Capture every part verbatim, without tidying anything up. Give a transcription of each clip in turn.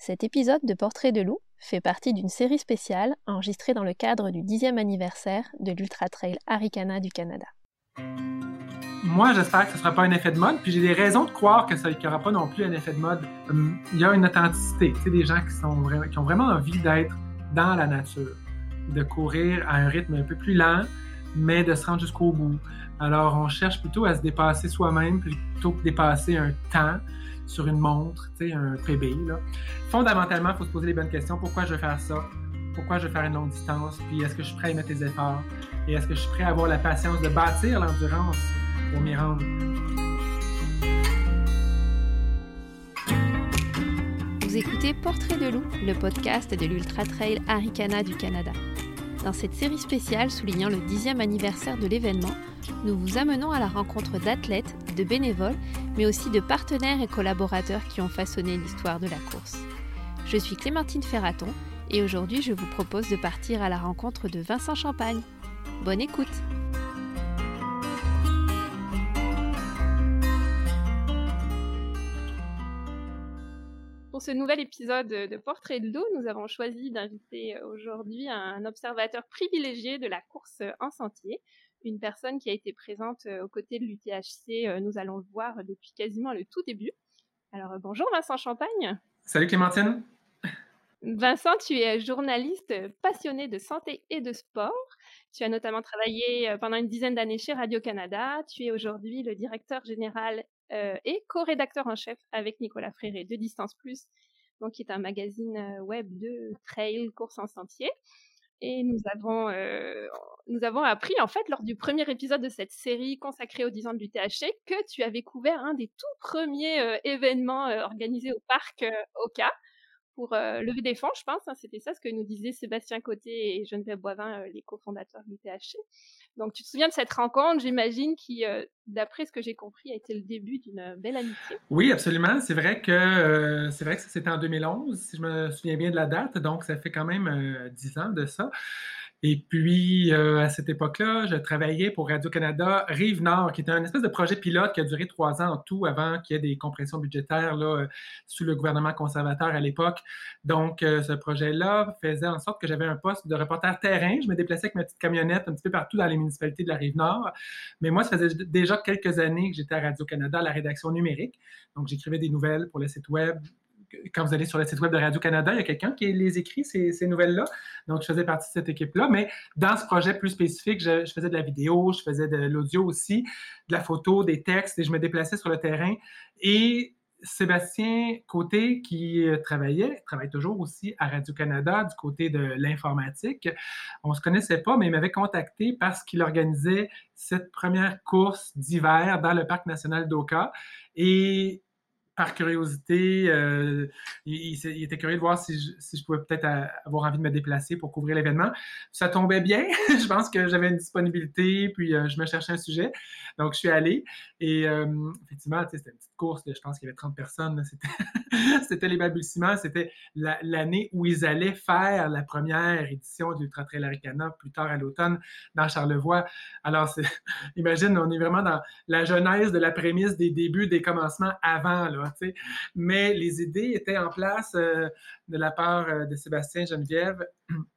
Cet épisode de Portrait de loup fait partie d'une série spéciale enregistrée dans le cadre du dixième anniversaire de l'Ultra Trail Arikana du Canada. Moi, j'espère que ce ne sera pas un effet de mode, puis j'ai des raisons de croire que ça, qu'il n'y aura pas non plus un effet de mode. Il y a une authenticité, tu sais, des gens qui, sont vra- qui ont vraiment envie d'être dans la nature, de courir à un rythme un peu plus lent, mais de se rendre jusqu'au bout. Alors, on cherche plutôt à se dépasser soi-même plutôt que dépasser un temps sur une montre, tu sais, un P B. Là. Fondamentalement, il faut se poser les bonnes questions. Pourquoi je veux faire ça? Pourquoi je veux faire une longue distance? Puis est-ce que je suis prêt à y mettre les efforts? Et est-ce que je suis prêt à avoir la patience de bâtir l'endurance pour m'y rendre? Vous écoutez Portrait de loup, le podcast de l'Ultra Trail Arikana du Canada. Dans cette série spéciale soulignant le dixième anniversaire de l'événement, nous vous amenons à la rencontre d'athlètes, de bénévoles, mais aussi de partenaires et collaborateurs qui ont façonné l'histoire de la course. Je suis Clémentine Ferraton et aujourd'hui je vous propose de partir à la rencontre de Vincent Champagne. Bonne écoute! Pour ce nouvel épisode de Portrait de loup, nous avons choisi d'inviter aujourd'hui un observateur privilégié de la course en sentier, une personne qui a été présente aux côtés de l'U T H C, nous allons le voir, depuis quasiment le tout début. Alors bonjour Vincent Champagne. Salut Clémentine. Vincent, tu es journaliste passionné de santé et de sport. Tu as notamment travaillé pendant une dizaine d'années chez Radio-Canada. Tu es aujourd'hui le directeur général euh, et co-rédacteur en chef avec Nicolas Fréré de Distance Plus, donc qui est un magazine web de trail, course en sentier. Et nous avons, euh, nous avons appris, en fait, lors du premier épisode de cette série consacrée aux dix ans de l'U T H C, que tu avais couvert un des tout premiers euh, événements euh, organisés au parc euh, Oka pour euh, lever des fonds, je pense. Hein, c'était ça ce que nous disaient Sébastien Côté et Geneviève Boivin, euh, les cofondateurs de l'U T H C. Donc, tu te souviens de cette rencontre, j'imagine, qui, euh, d'après ce que j'ai compris, a été le début d'une belle amitié. Oui, absolument. C'est vrai que euh, c'est vrai que ça, c'était en deux mille onze, si je me souviens bien de la date. Donc, ça fait quand même euh, dix ans de ça. Et puis, euh, à cette époque-là, je travaillais pour Radio-Canada Rive-Nord, qui était un espèce de projet pilote qui a duré trois ans en tout avant qu'il y ait des compressions budgétaires là, euh, sous le gouvernement conservateur à l'époque. Donc, euh, ce projet-là faisait en sorte que j'avais un poste de reporter terrain. Je me déplaçais avec ma petite camionnette un petit peu partout dans les municipalités de la Rive-Nord. Mais moi, ça faisait déjà quelques années que j'étais à Radio-Canada à la rédaction numérique. Donc, j'écrivais des nouvelles pour le site web. Quand vous allez sur le site web de Radio-Canada, il y a quelqu'un qui les écrit, ces, ces nouvelles-là. Donc, je faisais partie de cette équipe-là. Mais dans ce projet plus spécifique, je, je faisais de la vidéo, je faisais de l'audio aussi, de la photo, des textes, et je me déplaçais sur le terrain. Et Sébastien Côté, qui travaillait, travaille toujours aussi à Radio-Canada du côté de l'informatique. On ne se connaissait pas, mais il m'avait contacté parce qu'il organisait cette première course d'hiver dans le parc national d'Oka. Et par curiosité, euh, il, il, était curieux de voir si je, si je pouvais peut-être avoir envie de me déplacer pour couvrir l'événement. Ça tombait bien. Je pense que j'avais une disponibilité, puis euh, je me cherchais un sujet. Donc, je suis allé. Et euh, effectivement, c'était une petite course. De, je pense qu'il y avait trente personnes. C'était, c'était les balbutiements. C'était la, l'année où ils allaient faire la première édition de l'Ultra Trail Arikana plus tard à l'automne dans Charlevoix. Alors, c'est, imagine, on est vraiment dans la genèse de la prémisse des débuts, des commencements avant, là. T'sais. Mais les idées étaient en place euh, de la part euh, de Sébastien et Geneviève.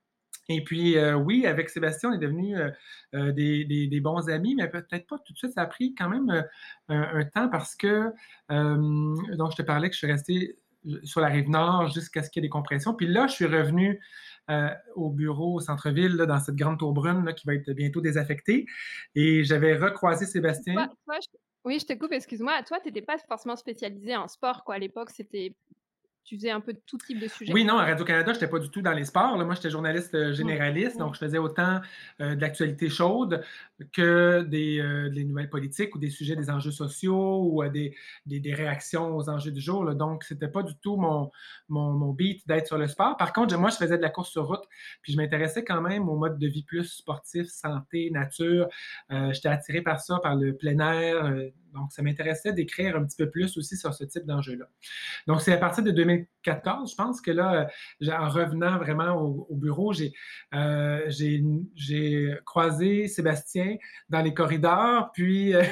Et puis, euh, oui, avec Sébastien, on est devenus euh, des, des, des bons amis, mais peut-être pas tout de suite. Ça a pris quand même euh, un, un temps parce que, euh, donc, je te parlais que je suis resté sur la Rive-Nord jusqu'à ce qu'il y ait des compressions. Puis là, je suis revenu euh, au bureau au centre-ville, là, dans cette grande tour brune là, qui va être bientôt désaffectée. Et j'avais recroisé Sébastien. Toi, toi, je... Oui, je te coupe, excuse-moi. Toi, tu n'étais pas forcément spécialisé en sport, quoi. À l'époque, c'était... tu faisais un peu de tout type de sujets. Oui, non, à Radio-Canada, je n'étais pas du tout dans les sports. Là. Moi, j'étais journaliste généraliste, mmh. donc je faisais autant euh, de l'actualité chaude que des, euh, des nouvelles politiques ou des sujets des enjeux sociaux ou euh, des, des, des réactions aux enjeux du jour. Là. Donc, ce n'était pas du tout mon, mon, mon beat d'être sur le sport. Par contre, moi, je faisais de la course sur route, puis je m'intéressais quand même au mode de vie plus sportif, santé, nature. Euh, j'étais attiré par ça, par le plein air, euh, Donc, ça m'intéressait d'écrire un petit peu plus aussi sur ce type d'enjeu-là. Donc, c'est à partir de deux mille quatorze, je pense que là, euh, en revenant vraiment au, au bureau, j'ai, euh, j'ai, j'ai croisé Sébastien dans les corridors, puis euh,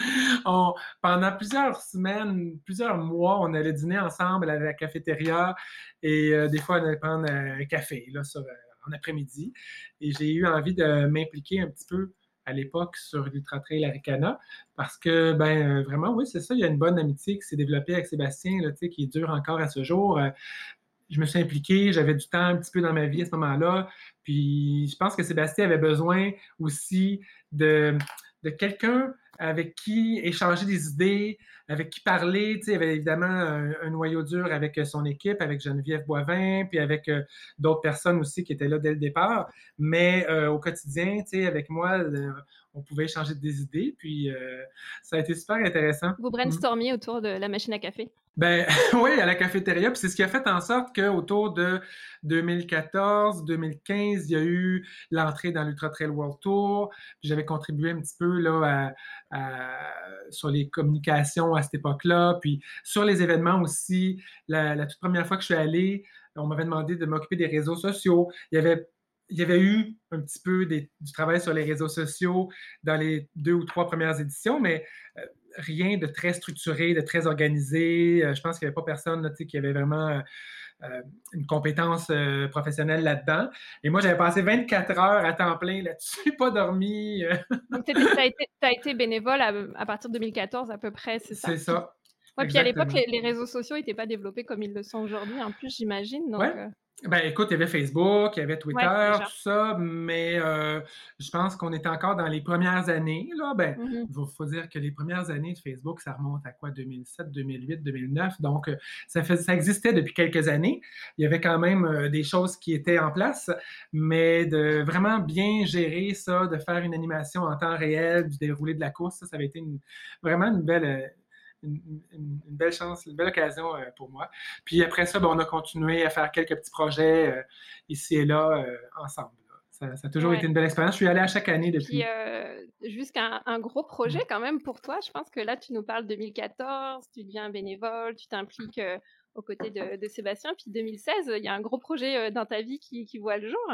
on, pendant plusieurs semaines, plusieurs mois, on allait dîner ensemble à la cafétéria et euh, des fois, on allait prendre un café là, sur, euh, en après-midi. Et j'ai eu envie de m'impliquer un petit peu à l'époque sur l'Ultra Trail Aricana parce que, ben, euh, vraiment, oui, c'est ça, il y a une bonne amitié qui s'est développée avec Sébastien, là, qui dure encore à ce jour. Euh, je me suis impliqué, j'avais du temps un petit peu dans ma vie à ce moment-là. Puis je pense que Sébastien avait besoin aussi de, de quelqu'un avec qui échanger des idées, avec qui parler. Tu sais, il y avait évidemment un, un noyau dur avec son équipe, avec Geneviève Boivin, puis avec euh, d'autres personnes aussi qui étaient là dès le départ. Mais euh, au quotidien, tu sais, avec moi, euh, on pouvait échanger des idées. Puis euh, ça a été super intéressant. Vous Mm. brainstormiez autour de la machine à café? Ben oui, à la cafétéria. Puis c'est ce qui a fait en sorte qu'autour de deux mille quatorze, deux mille quinze, il y a eu l'entrée dans l'Ultra Trail World Tour. Puis j'avais contribué un petit peu là, à, à, sur les communications à cette époque-là. Puis sur les événements aussi, la, la toute première fois que je suis allé, on m'avait demandé de m'occuper des réseaux sociaux. Il y avait il y avait eu un petit peu des, du travail sur les réseaux sociaux dans les deux ou trois premières éditions, mais euh, rien de très structuré, de très organisé. Euh, je pense qu'il n'y avait pas personne là, qui avait vraiment euh, une compétence euh, professionnelle là-dedans. Et moi, j'avais passé vingt-quatre heures à temps plein là-dessus, pas dormi. Euh. Donc, tu as été, été bénévole à, à partir de deux mille quatorze à peu près, c'est ça? C'est ça. Ouais, puis à l'époque, les, les réseaux sociaux n'étaient pas développés comme ils le sont aujourd'hui, en plus, j'imagine. Donc, ouais. euh... Ben écoute, il y avait Facebook, il y avait Twitter, ouais, tout ça, mais euh, je pense qu'on était encore dans les premières années. Là. Ben, il mm-hmm. faut dire que les premières années de Facebook, ça remonte à quoi? deux mille sept, deux mille huit, deux mille neuf. Donc, ça, fait, ça existait depuis quelques années. Il y avait quand même euh, des choses qui étaient en place, mais de vraiment bien gérer ça, de faire une animation en temps réel, du déroulé de la course, ça, ça avait été une, vraiment une belle... Euh, Une, une, une belle chance, une belle occasion euh, pour moi. Puis après ça, ben, on a continué à faire quelques petits projets euh, ici et là euh, ensemble. Là. Ça, ça a toujours ouais. été une belle expérience. Je suis allée à chaque année depuis. Puis euh, jusqu'à un, un gros projet quand même pour toi. Je pense que là, tu nous parles de deux mille quatorze, tu deviens bénévole, tu t'impliques euh, aux côtés de, de Sébastien. Puis deux mille seize, il y a un gros projet euh, dans ta vie qui, qui voit le jour.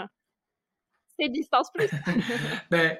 C'est Distance Plus. ben,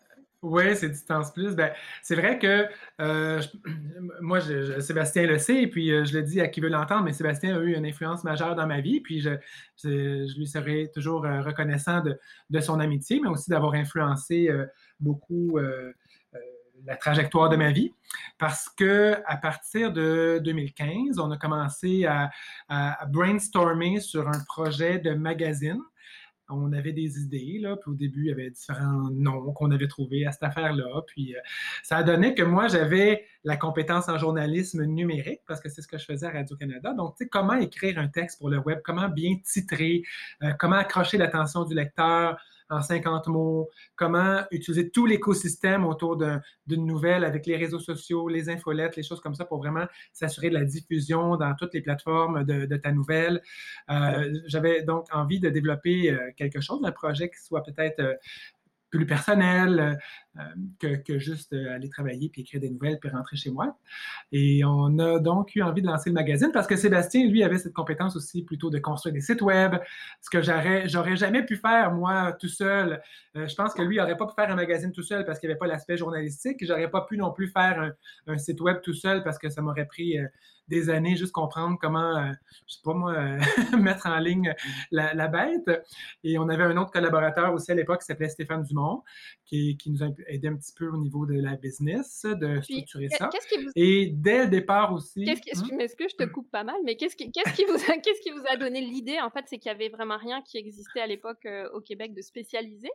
oui, c'est Distance Plus. Ben, c'est vrai que euh, je, moi, je, je, Sébastien le sait, et puis euh, je le dis à qui veut l'entendre, mais Sébastien a eu une influence majeure dans ma vie, puis je, je, je lui serai toujours euh, reconnaissant de, de son amitié, mais aussi d'avoir influencé euh, beaucoup euh, euh, la trajectoire de ma vie, parce que à partir de deux mille quinze, on a commencé à, à, à brainstormer sur un projet de magazine. On avait des idées, là, puis au début, il y avait différents noms qu'on avait trouvés à cette affaire-là. Puis euh, ça a donné que moi, j'avais la compétence en journalisme numérique, parce que c'est ce que je faisais à Radio-Canada. Donc, tu sais, comment écrire un texte pour le web, comment bien titrer, euh, comment accrocher l'attention du lecteur en cinquante mots, comment utiliser tout l'écosystème autour d'un, d'une nouvelle avec les réseaux sociaux, les infolettes, les choses comme ça pour vraiment s'assurer de la diffusion dans toutes les plateformes de, de ta nouvelle. Euh, j'avais donc envie de développer euh, quelque chose, un projet qui soit peut-être euh, plus personnel euh, que, que juste euh, aller travailler puis écrire des nouvelles puis rentrer chez moi. Et on a donc eu envie de lancer le magazine parce que Sébastien, lui, avait cette compétence aussi plutôt de construire des sites web, ce que j'aurais, j'aurais jamais pu faire, moi, tout seul. Euh, je pense que lui, il n'aurait pas pu faire un magazine tout seul parce qu'il n'y avait pas l'aspect journalistique. J'aurais pas pu non plus faire un, un site web tout seul parce que ça m'aurait pris... Euh, des années juste comprendre comment, euh, je sais pas moi, euh, mettre en ligne la, la bête. Et on avait un autre collaborateur aussi à l'époque qui s'appelait Stéphane Dumont, qui, qui nous a aidé un petit peu au niveau de la business, de structurer Puis, ça. Qu'est-ce qui vous... Et dès le départ aussi... Qu'est-ce qui... Hum? Excuse, je te coupe pas mal, mais qu'est-ce qui, qu'est-ce qui, vous, a, qu'est-ce qui vous a donné l'idée, en fait, c'est qu'il y avait vraiment rien qui existait à l'époque euh, au Québec de spécialisé?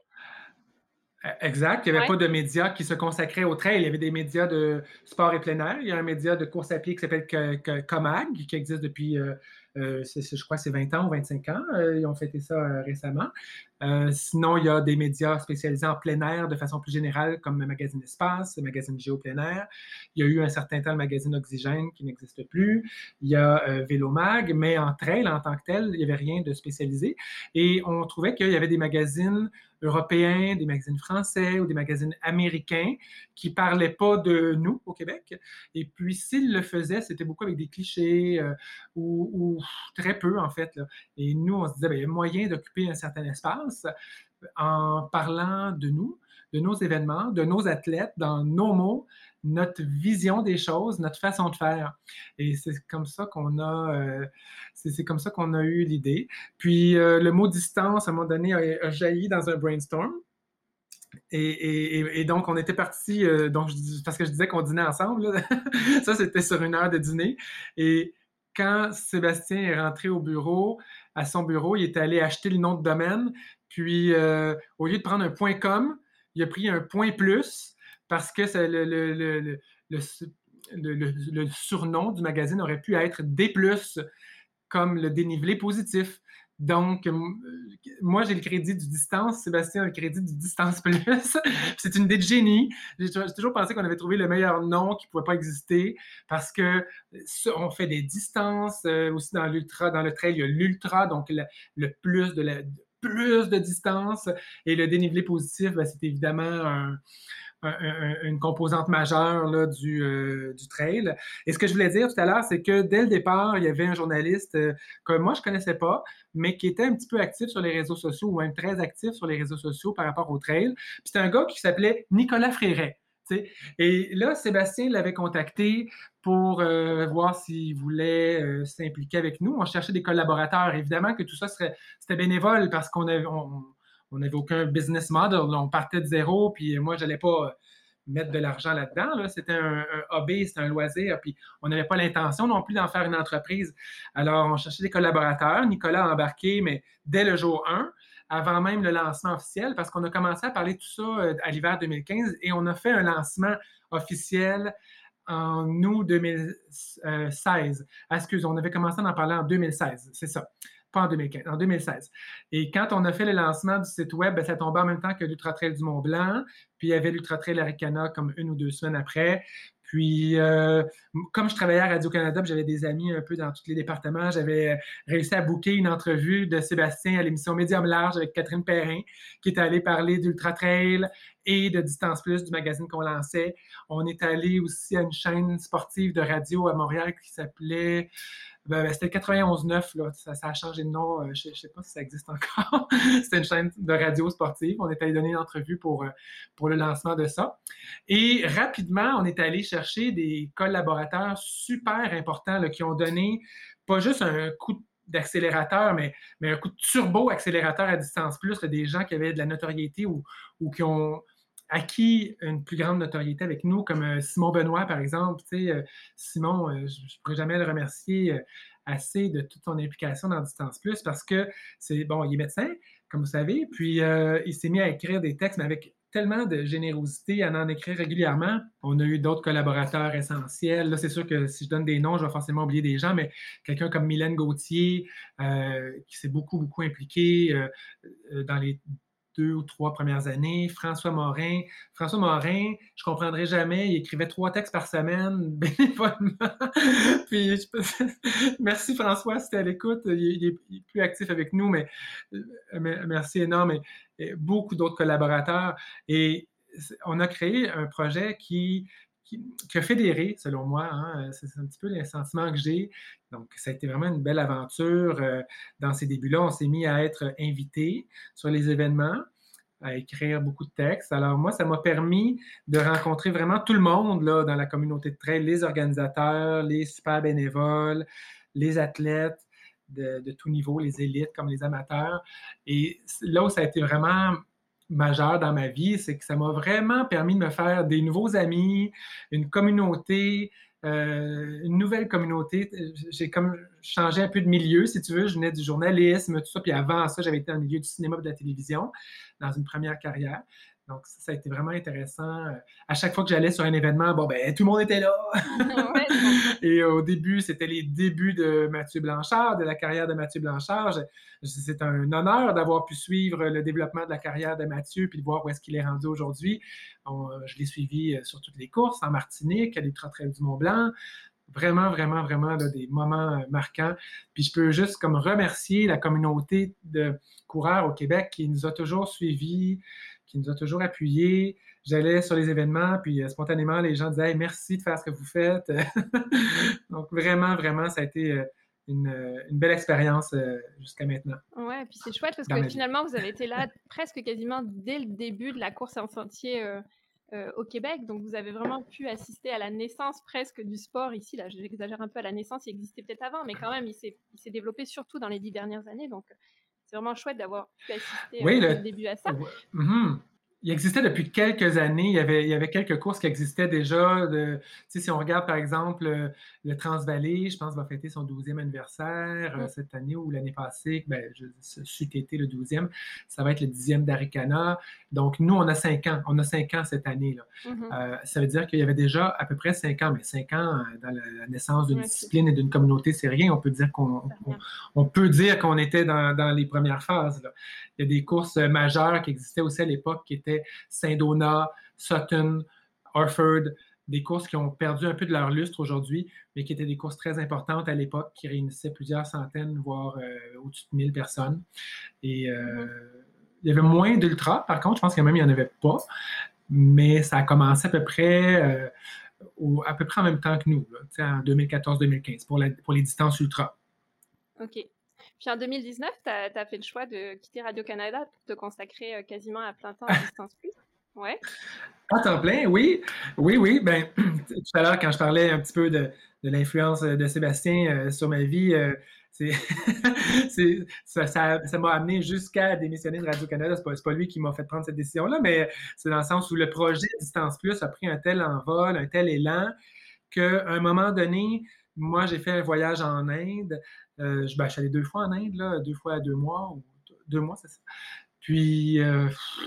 Exact. Il n'y avait ouais. pas de médias qui se consacraient au trail. Il y avait des médias de sport et plein air. Il y a un média de course à pied qui s'appelle Comag, qui existe depuis, euh, euh, c'est, je crois, c'est vingt ans ou vingt-cinq ans. Euh, ils ont fêté ça euh, récemment. Euh, sinon, il y a des médias spécialisés en plein air de façon plus générale, comme le magazine Espace, le magazine Géo plein air. Il y a eu un certain temps le magazine Oxygène qui n'existe plus. Il y a euh, Vélomag, mais en trail, en tant que tel, il n'y avait rien de spécialisé. Et on trouvait qu'il y avait des magazines européens, des magazines français ou des magazines américains qui ne parlaient pas de nous au Québec. Et puis, s'ils le faisaient, c'était beaucoup avec des clichés euh, ou, ou, très peu, en fait. Là. Et nous, on se disait, ben, il y a moyen d'occuper un certain espace en parlant de nous, de nos événements, de nos athlètes, dans nos mots, notre vision des choses, notre façon de faire. Et c'est comme ça qu'on a, euh, c'est, c'est comme ça qu'on a eu l'idée. Puis euh, le mot distance, à un moment donné, a, a jailli dans un brainstorm. Et, et, et, donc, on était partis, euh, donc, parce que je disais qu'on dînait ensemble. Là. Ça, c'était sur une heure de dîner. Et quand Sébastien est rentré au bureau, à son bureau, il est allé acheter le nom de domaine. Puis, euh, au lieu de prendre un point .com, il a pris un point plus parce que ça, le, le, le, le, le, le, le surnom du magazine aurait pu être D plus, comme le dénivelé positif. Donc, moi, j'ai le crédit du distance, Sébastien a le crédit du distance plus. C'est une idée de génie. J'ai toujours pensé qu'on avait trouvé le meilleur nom qui ne pouvait pas exister parce que on fait des distances euh, aussi dans l'ultra, dans le trail, il y a l'ultra, donc le, le plus de la plus de distance et le dénivelé positif, ben, c'est évidemment un, un, une composante majeure là, du, euh, du trail. Et ce que je voulais dire tout à l'heure, c'est que dès le départ, il y avait un journaliste euh, que moi, je ne connaissais pas, mais qui était un petit peu actif sur les réseaux sociaux, ou même très actif sur les réseaux sociaux par rapport au trail. Puis c'était un gars qui s'appelait Nicolas Fréret. T'sais. Et là, Sébastien l'avait contacté pour euh, voir s'il voulait euh, s'impliquer avec nous. On cherchait des collaborateurs. Évidemment que tout ça serait, c'était bénévole parce qu'on avait... On, on n'avait aucun business model. On partait de zéro, puis moi, je n'allais pas mettre de l'argent là-dedans. Là. C'était un, un hobby, c'était un loisir, puis on n'avait pas l'intention non plus d'en faire une entreprise. Alors, on cherchait des collaborateurs. Nicolas a embarqué, mais dès le jour un, avant même le lancement officiel, parce qu'on a commencé à parler de tout ça à l'hiver deux mille quinze et on a fait un lancement officiel en août deux mille seize. Excusez, on avait commencé à en parler en deux mille seize, c'est ça. Pas en deux mille quinze, en deux mille seize. Et quand on a fait le lancement du site web, ben, ça tombait en même temps que l'Ultra Trail du Mont-Blanc, puis il y avait l'Ultra Trail Arikana comme une ou deux semaines après. Puis, euh, comme je travaillais à Radio-Canada, j'avais des amis un peu dans tous les départements, j'avais réussi à booker une entrevue de Sébastien à l'émission Médium Large avec Catherine Perrin, qui est allée parler d'Ultra Trail et de Distance Plus, du magazine qu'on lançait. On est allé aussi à une chaîne sportive de radio à Montréal qui s'appelait... Ben, c'était le quatre-vingt-onze neuf, là. Ça, ça a changé de nom. Je ne sais pas si ça existe encore. C'était une chaîne de radio sportive. On est allé donner une entrevue pour, pour le lancement de ça. Et rapidement, on est allé chercher des collaborateurs super importants là, qui ont donné pas juste un coup d'accélérateur, mais, mais un coup de turbo-accélérateur à distance plus, là, des gens qui avaient de la notoriété ou, ou qui ont acquis une plus grande notoriété avec nous, comme euh, Simon Benoît, par exemple. Tu sais, euh, Simon, euh, je ne pourrais jamais le remercier euh, assez de toute son implication dans Distance Plus parce que c'est bon, il est médecin, comme vous savez, puis euh, il s'est mis à écrire des textes, mais avec tellement de générosité à en écrire régulièrement. On a eu d'autres collaborateurs essentiels. Là, c'est sûr que si je donne des noms, je vais forcément oublier des gens, mais quelqu'un comme Mylène Gauthier, euh, qui s'est beaucoup, beaucoup impliqué euh, dans les deux ou trois premières années. François Morin. François Morin, je ne comprendrai jamais, il écrivait trois textes par semaine, bénévolement. Puis, je peux... merci François, si tu es à l'écoute. Il, il, est, il est plus actif avec nous, mais merci énorme. Et, et beaucoup d'autres collaborateurs. Et on a créé un projet qui, qui, qui a fédéré, selon moi. Hein, c'est un petit peu le sentiment que j'ai. Donc, ça a été vraiment une belle aventure. Euh, dans ces débuts-là, on s'est mis à être invités sur les événements, à écrire beaucoup de textes. Alors, moi, ça m'a permis de rencontrer vraiment tout le monde là, dans la communauté de trail, les organisateurs, les super bénévoles, les athlètes de, de tout niveau, les élites comme les amateurs. Et là où ça a été vraiment majeur dans ma vie, c'est que ça m'a vraiment permis de me faire des nouveaux amis, une communauté, euh, une nouvelle communauté. J'ai comme changé un peu de milieu, si tu veux. Je venais du journalisme, tout ça. Puis avant ça, j'avais été dans le milieu du cinéma et de la télévision, dans une première carrière. Donc, ça, ça a été vraiment intéressant. À chaque fois que j'allais sur un événement, bon, ben, tout le monde était là. Ouais, et au début, c'était les débuts de Mathieu Blanchard, de la carrière de Mathieu Blanchard. C'est un honneur d'avoir pu suivre le développement de la carrière de Mathieu puis de voir où est-ce qu'il est rendu aujourd'hui. On, je l'ai suivi sur toutes les courses, en Martinique, à l'Ultra Trail du Mont-Blanc. Vraiment, vraiment, vraiment là, des moments euh, marquants. Puis je peux juste comme remercier la communauté de coureurs au Québec qui nous a toujours suivis, qui nous a toujours appuyés. J'allais sur les événements, puis euh, spontanément, les gens disaient hey, merci de faire ce que vous faites. Donc vraiment, vraiment, ça a été euh, une, euh, une belle expérience euh, jusqu'à maintenant Ouais, puis c'est chouette parce dans que ma vie. finalement, vous avez été là presque quasiment dès le début de la course en sentier euh, euh, au Québec. Donc, vous avez vraiment pu assister à la naissance presque du sport ici. Là, j'exagère un peu à la naissance, il existait peut-être avant, mais quand même, il s'est, il s'est développé surtout dans les dix dernières années. Donc, c'est vraiment chouette d'avoir pu assister euh, Oui, dès le, le début à ça. ouais, mhm. Il existait depuis quelques années, il y avait, il y avait quelques courses qui existaient déjà. De, tu sais, si on regarde par exemple le, le Transvalley, je pense va fêter son douzième anniversaire euh, Mm. cette année ou l'année passée, ben, je, ce été le douzième, ça va être le dixième d'Arikana. Donc nous, on a cinq ans, on a cinq ans cette année-là. Mm-hmm. Euh, ça veut dire qu'il y avait déjà à peu près cinq ans, mais cinq ans euh, dans la, la naissance d'une Ouais, c'est, discipline et d'une communauté, c'est rien. On peut dire qu'on c'est on, rien. on peut dire qu'on était dans, dans les premières phases, là. Il y a des courses majeures qui existaient aussi à l'époque, qui étaient Saint-Donat, Sutton, Harford, des courses qui ont perdu un peu de leur lustre aujourd'hui, mais qui étaient des courses très importantes à l'époque, qui réunissaient plusieurs centaines, voire euh, au-dessus de mille personnes. Et euh, Mm-hmm. il y avait moins d'ultra, par contre, je pense que même il n'y en avait pas, mais ça a commencé à peu près, euh, au, à peu près en même temps que nous, là, en deux mille quatorze deux mille quinze, pour, la, pour les distances ultra. Ok. Puis en deux mille dix-neuf, tu as fait le choix de quitter Radio-Canada pour te consacrer euh, quasiment à plein temps à Distance Plus. Ouais. À temps plein, oui. Oui, oui. Ben, tout à l'heure, quand je parlais un petit peu de, de l'influence de Sébastien euh, sur ma vie, euh, c'est, c'est, ça, ça, ça m'a amené jusqu'à démissionner de Radio-Canada. C'est pas, c'est pas lui qui m'a fait prendre cette décision-là, mais c'est dans le sens où le projet Distance Plus a pris un tel envol, un tel élan, qu'à un moment donné, moi, j'ai fait un voyage en Inde. Euh, je, ben, je suis allé deux fois en Inde, là, deux fois à deux mois, ou deux mois, c'est ça. Puis, euh,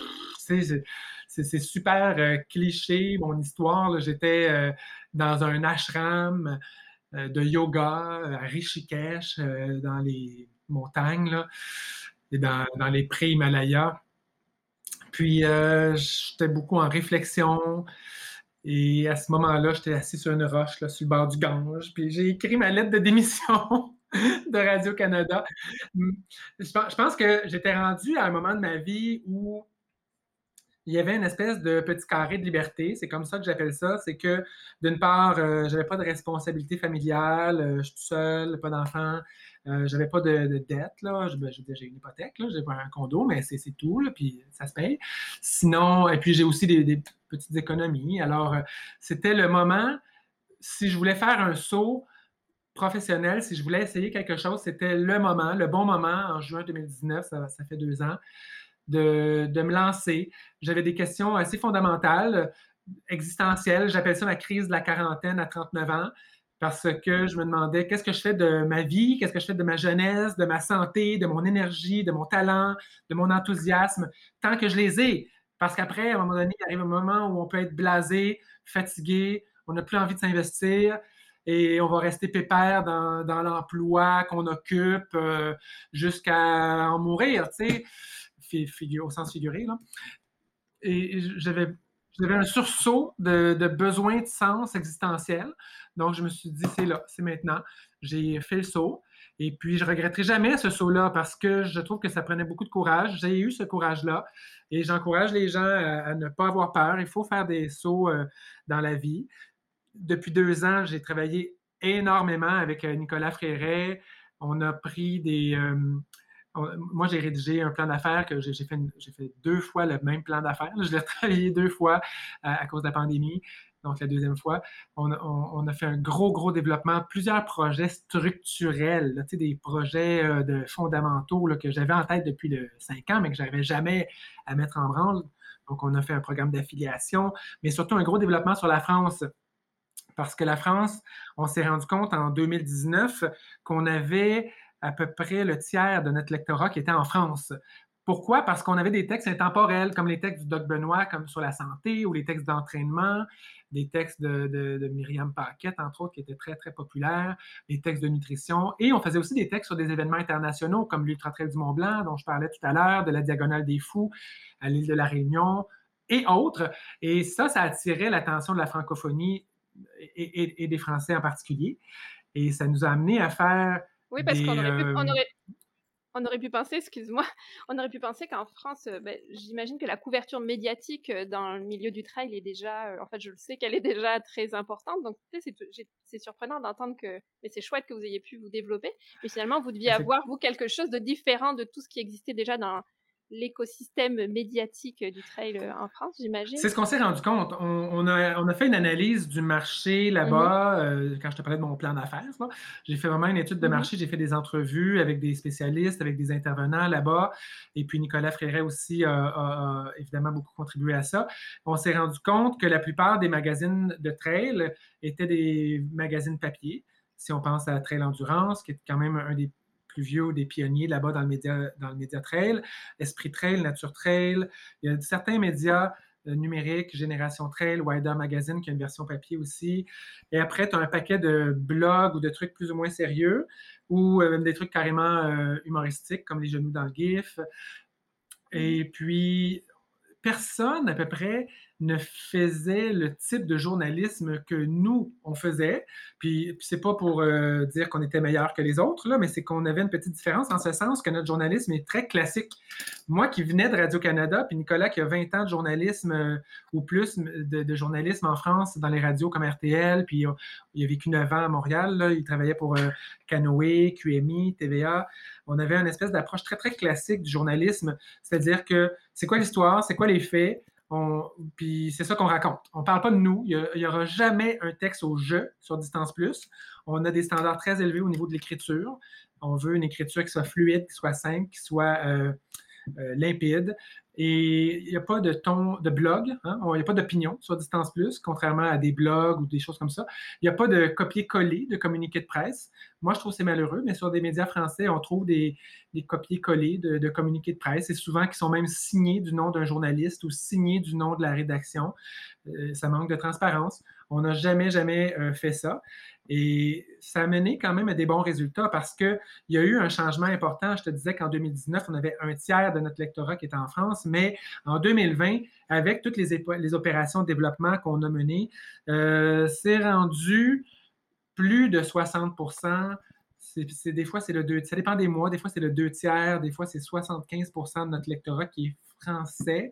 tu sais, c'est, c'est super euh, cliché, mon histoire. Là. J'étais euh, dans un ashram euh, de yoga euh, à Rishikesh, euh, dans les montagnes, là, et dans, dans les pré-Himalayas. Puis, euh, j'étais beaucoup en réflexion. Et à ce moment-là, j'étais assis sur une roche, là, sur le bord du Gange. Puis, j'ai écrit ma lettre de démission de Radio-Canada. Je pense, je pense que j'étais rendu à un moment de ma vie où il y avait une espèce de petit carré de liberté. C'est comme ça que j'appelle ça. C'est que, d'une part, euh, j'avais pas de responsabilité familiale, euh, je suis tout seul, pas d'enfant, euh, j'avais pas de, de dette, là. Je- ben, je- j'ai une hypothèque, là, j'ai pas un condo, mais c'est, c'est tout, là, puis ça se paye. Sinon, et puis j'ai aussi des, des petites économies. Alors, euh, c'était le moment, si je voulais faire un saut professionnel, si je voulais essayer quelque chose, c'était le moment, le bon moment, en juin deux mille dix-neuf, ça, ça fait deux ans, de, de me lancer. J'avais des questions assez fondamentales, existentielles. J'appelle ça la crise de la quarantaine à trente-neuf ans, parce que je me demandais qu'est-ce que je fais de ma vie, qu'est-ce que je fais de ma jeunesse, de ma santé, de mon énergie, de mon talent, de mon enthousiasme, tant que je les ai. Parce qu'après, à un moment donné, il arrive un moment où on peut être blasé, fatigué, on n'a plus envie de s'investir et on va rester pépère dans, dans l'emploi qu'on occupe euh, jusqu'à en mourir, tu sais au sens figuré. Là. Et j'avais, j'avais un sursaut de, de besoin de sens existentiel. Donc, je me suis dit, c'est là, c'est maintenant. J'ai fait le saut. Et puis, je ne regretterai jamais ce saut-là parce que je trouve que ça prenait beaucoup de courage. J'ai eu ce courage-là et j'encourage les gens à, à ne pas avoir peur. Il faut faire des sauts euh, dans la vie. Depuis deux ans, j'ai travaillé énormément avec euh, Nicolas Fréret. On a pris des, euh, moi, j'ai rédigé un plan d'affaires que j'ai fait, j'ai fait deux fois le même plan d'affaires. Je l'ai travaillé deux fois à, à cause de la pandémie. Donc, la deuxième fois, on a, on, on a fait un gros, gros développement, plusieurs projets structurels, là, des projets euh, de fondamentaux là, que j'avais en tête depuis le cinq ans, mais que je n'arrivais jamais à mettre en branle. Donc, on a fait un programme d'affiliation, mais surtout un gros développement sur la France. Parce que la France, on s'est rendu compte en deux mille dix-neuf qu'on avait à peu près le tiers de notre lectorat qui était en France. Pourquoi? Parce qu'on avait des textes intemporels, comme les textes du Doc Benoît, comme sur la santé, ou les textes d'entraînement, des textes de, de, de Myriam Paquette, entre autres, qui étaient très, très populaires, les textes de nutrition. Et on faisait aussi des textes sur des événements internationaux, comme l'Ultra Trail du Mont-Blanc, dont je parlais tout à l'heure, de la Diagonale des Fous à l'île de la Réunion, et autres. Et ça, ça attirait l'attention de la francophonie et, et, et des Français en particulier. Et ça nous a amené à faire Oui, parce qu'on des... aurait pu Euh, on aurait on aurait pu penser, excuse-moi, on aurait pu penser qu'en France, heu, beh, j'imagine que la couverture médiatique, heu, dans le milieu du trail est déjà, heu, en fait, je le sais qu'elle est déjà très importante. Donc, tu sais, c'est t j'ai c'est surprenant d'entendre que mais c'est chouette que vous ayez pu vous développer. Mais finalement, vous deviez effectivement, avoir, vous, quelque chose de différent de tout ce qui existait déjà dans l'écosystème médiatique, heu, du trail, heu, en France, j'imagine? c'est ce qu'on s'est rendu compte. On, on a, on a fait une analyse du marché Mmh mh. là-bas, euh, quand je te parlais de mon plan d'affaires. Là. J'ai fait vraiment une étude de Mmh mh. marché, j'ai fait des entrevues avec des spécialistes, avec des intervenants là-bas. Et puis Nicolas Fréret aussi a, a- a évidemment beaucoup contribué à ça. On s'est rendu compte que la plupart des magazines de trail étaient des magazines papier. Si on pense à Trail Endurance, qui est quand même un des plus vieux ou des pionniers là-bas dans le média, dans le média trail, Esprit Trail, Nature Trail. Il y a certains médias euh, numériques, Génération Trail, Wider Magazine, qui a une version papier aussi. Et après, tu as un paquet de blogs ou de trucs plus ou moins sérieux, ou euh, des trucs carrément euh, humoristiques, comme les genoux dans le GIF. Mmh. Et puis, personne à peu près ne faisait le type de journalisme que nous, on faisait. Puis, puis c'est pas pour euh, dire qu'on était meilleur que les autres, là, mais c'est qu'on avait une petite différence en ce sens que notre journalisme est très classique. Moi qui venais de Radio-Canada, puis Nicolas qui a vingt ans de journalisme euh, ou plus de, de, journalisme en France dans les radios comme R T L, puis euh, il a vécu neuf ans à Montréal, là, il travaillait pour euh, Canoë, Q M I, T V A. On avait une espèce d'approche très, très classique du journalisme, c'est-à-dire que c'est quoi l'histoire, c'est quoi les faits, on, puis c'est ça qu'on raconte. On ne parle pas de nous. Il n'y aura jamais un texte au jeu sur Distance Plus. On a des standards très élevés au niveau de l'écriture. On veut une écriture qui soit fluide, qui soit simple, qui soit euh, euh, limpide. Et il n'y a pas de ton de blog, hein? Il n'y a pas d'opinion sur Distance Plus, contrairement à des blogs ou des choses comme ça. Il n'y a pas de copier-coller de communiqué de presse. Moi, je trouve que c'est malheureux, mais sur des médias français, on trouve des, des copier-coller de, de communiqués de presse, et souvent qui sont même signés du nom d'un journaliste ou signés du nom de la rédaction. Euh, ça manque de transparence. On n'a jamais, jamais euh, fait ça. Et ça a mené quand même à des bons résultats parce qu'il y a eu un changement important. Je te disais qu'en deux mille dix-neuf, on avait un tiers de notre lectorat qui était en France, mais en deux mille vingt, avec toutes les, les opérations de développement qu'on a menées, euh, c'est rendu plus de soixante pour cent. C'est, c'est, des fois, c'est le deux, ça dépend des mois. Des fois, c'est le deux tiers. Des fois, c'est soixante-quinze pour cent de notre lectorat qui est français.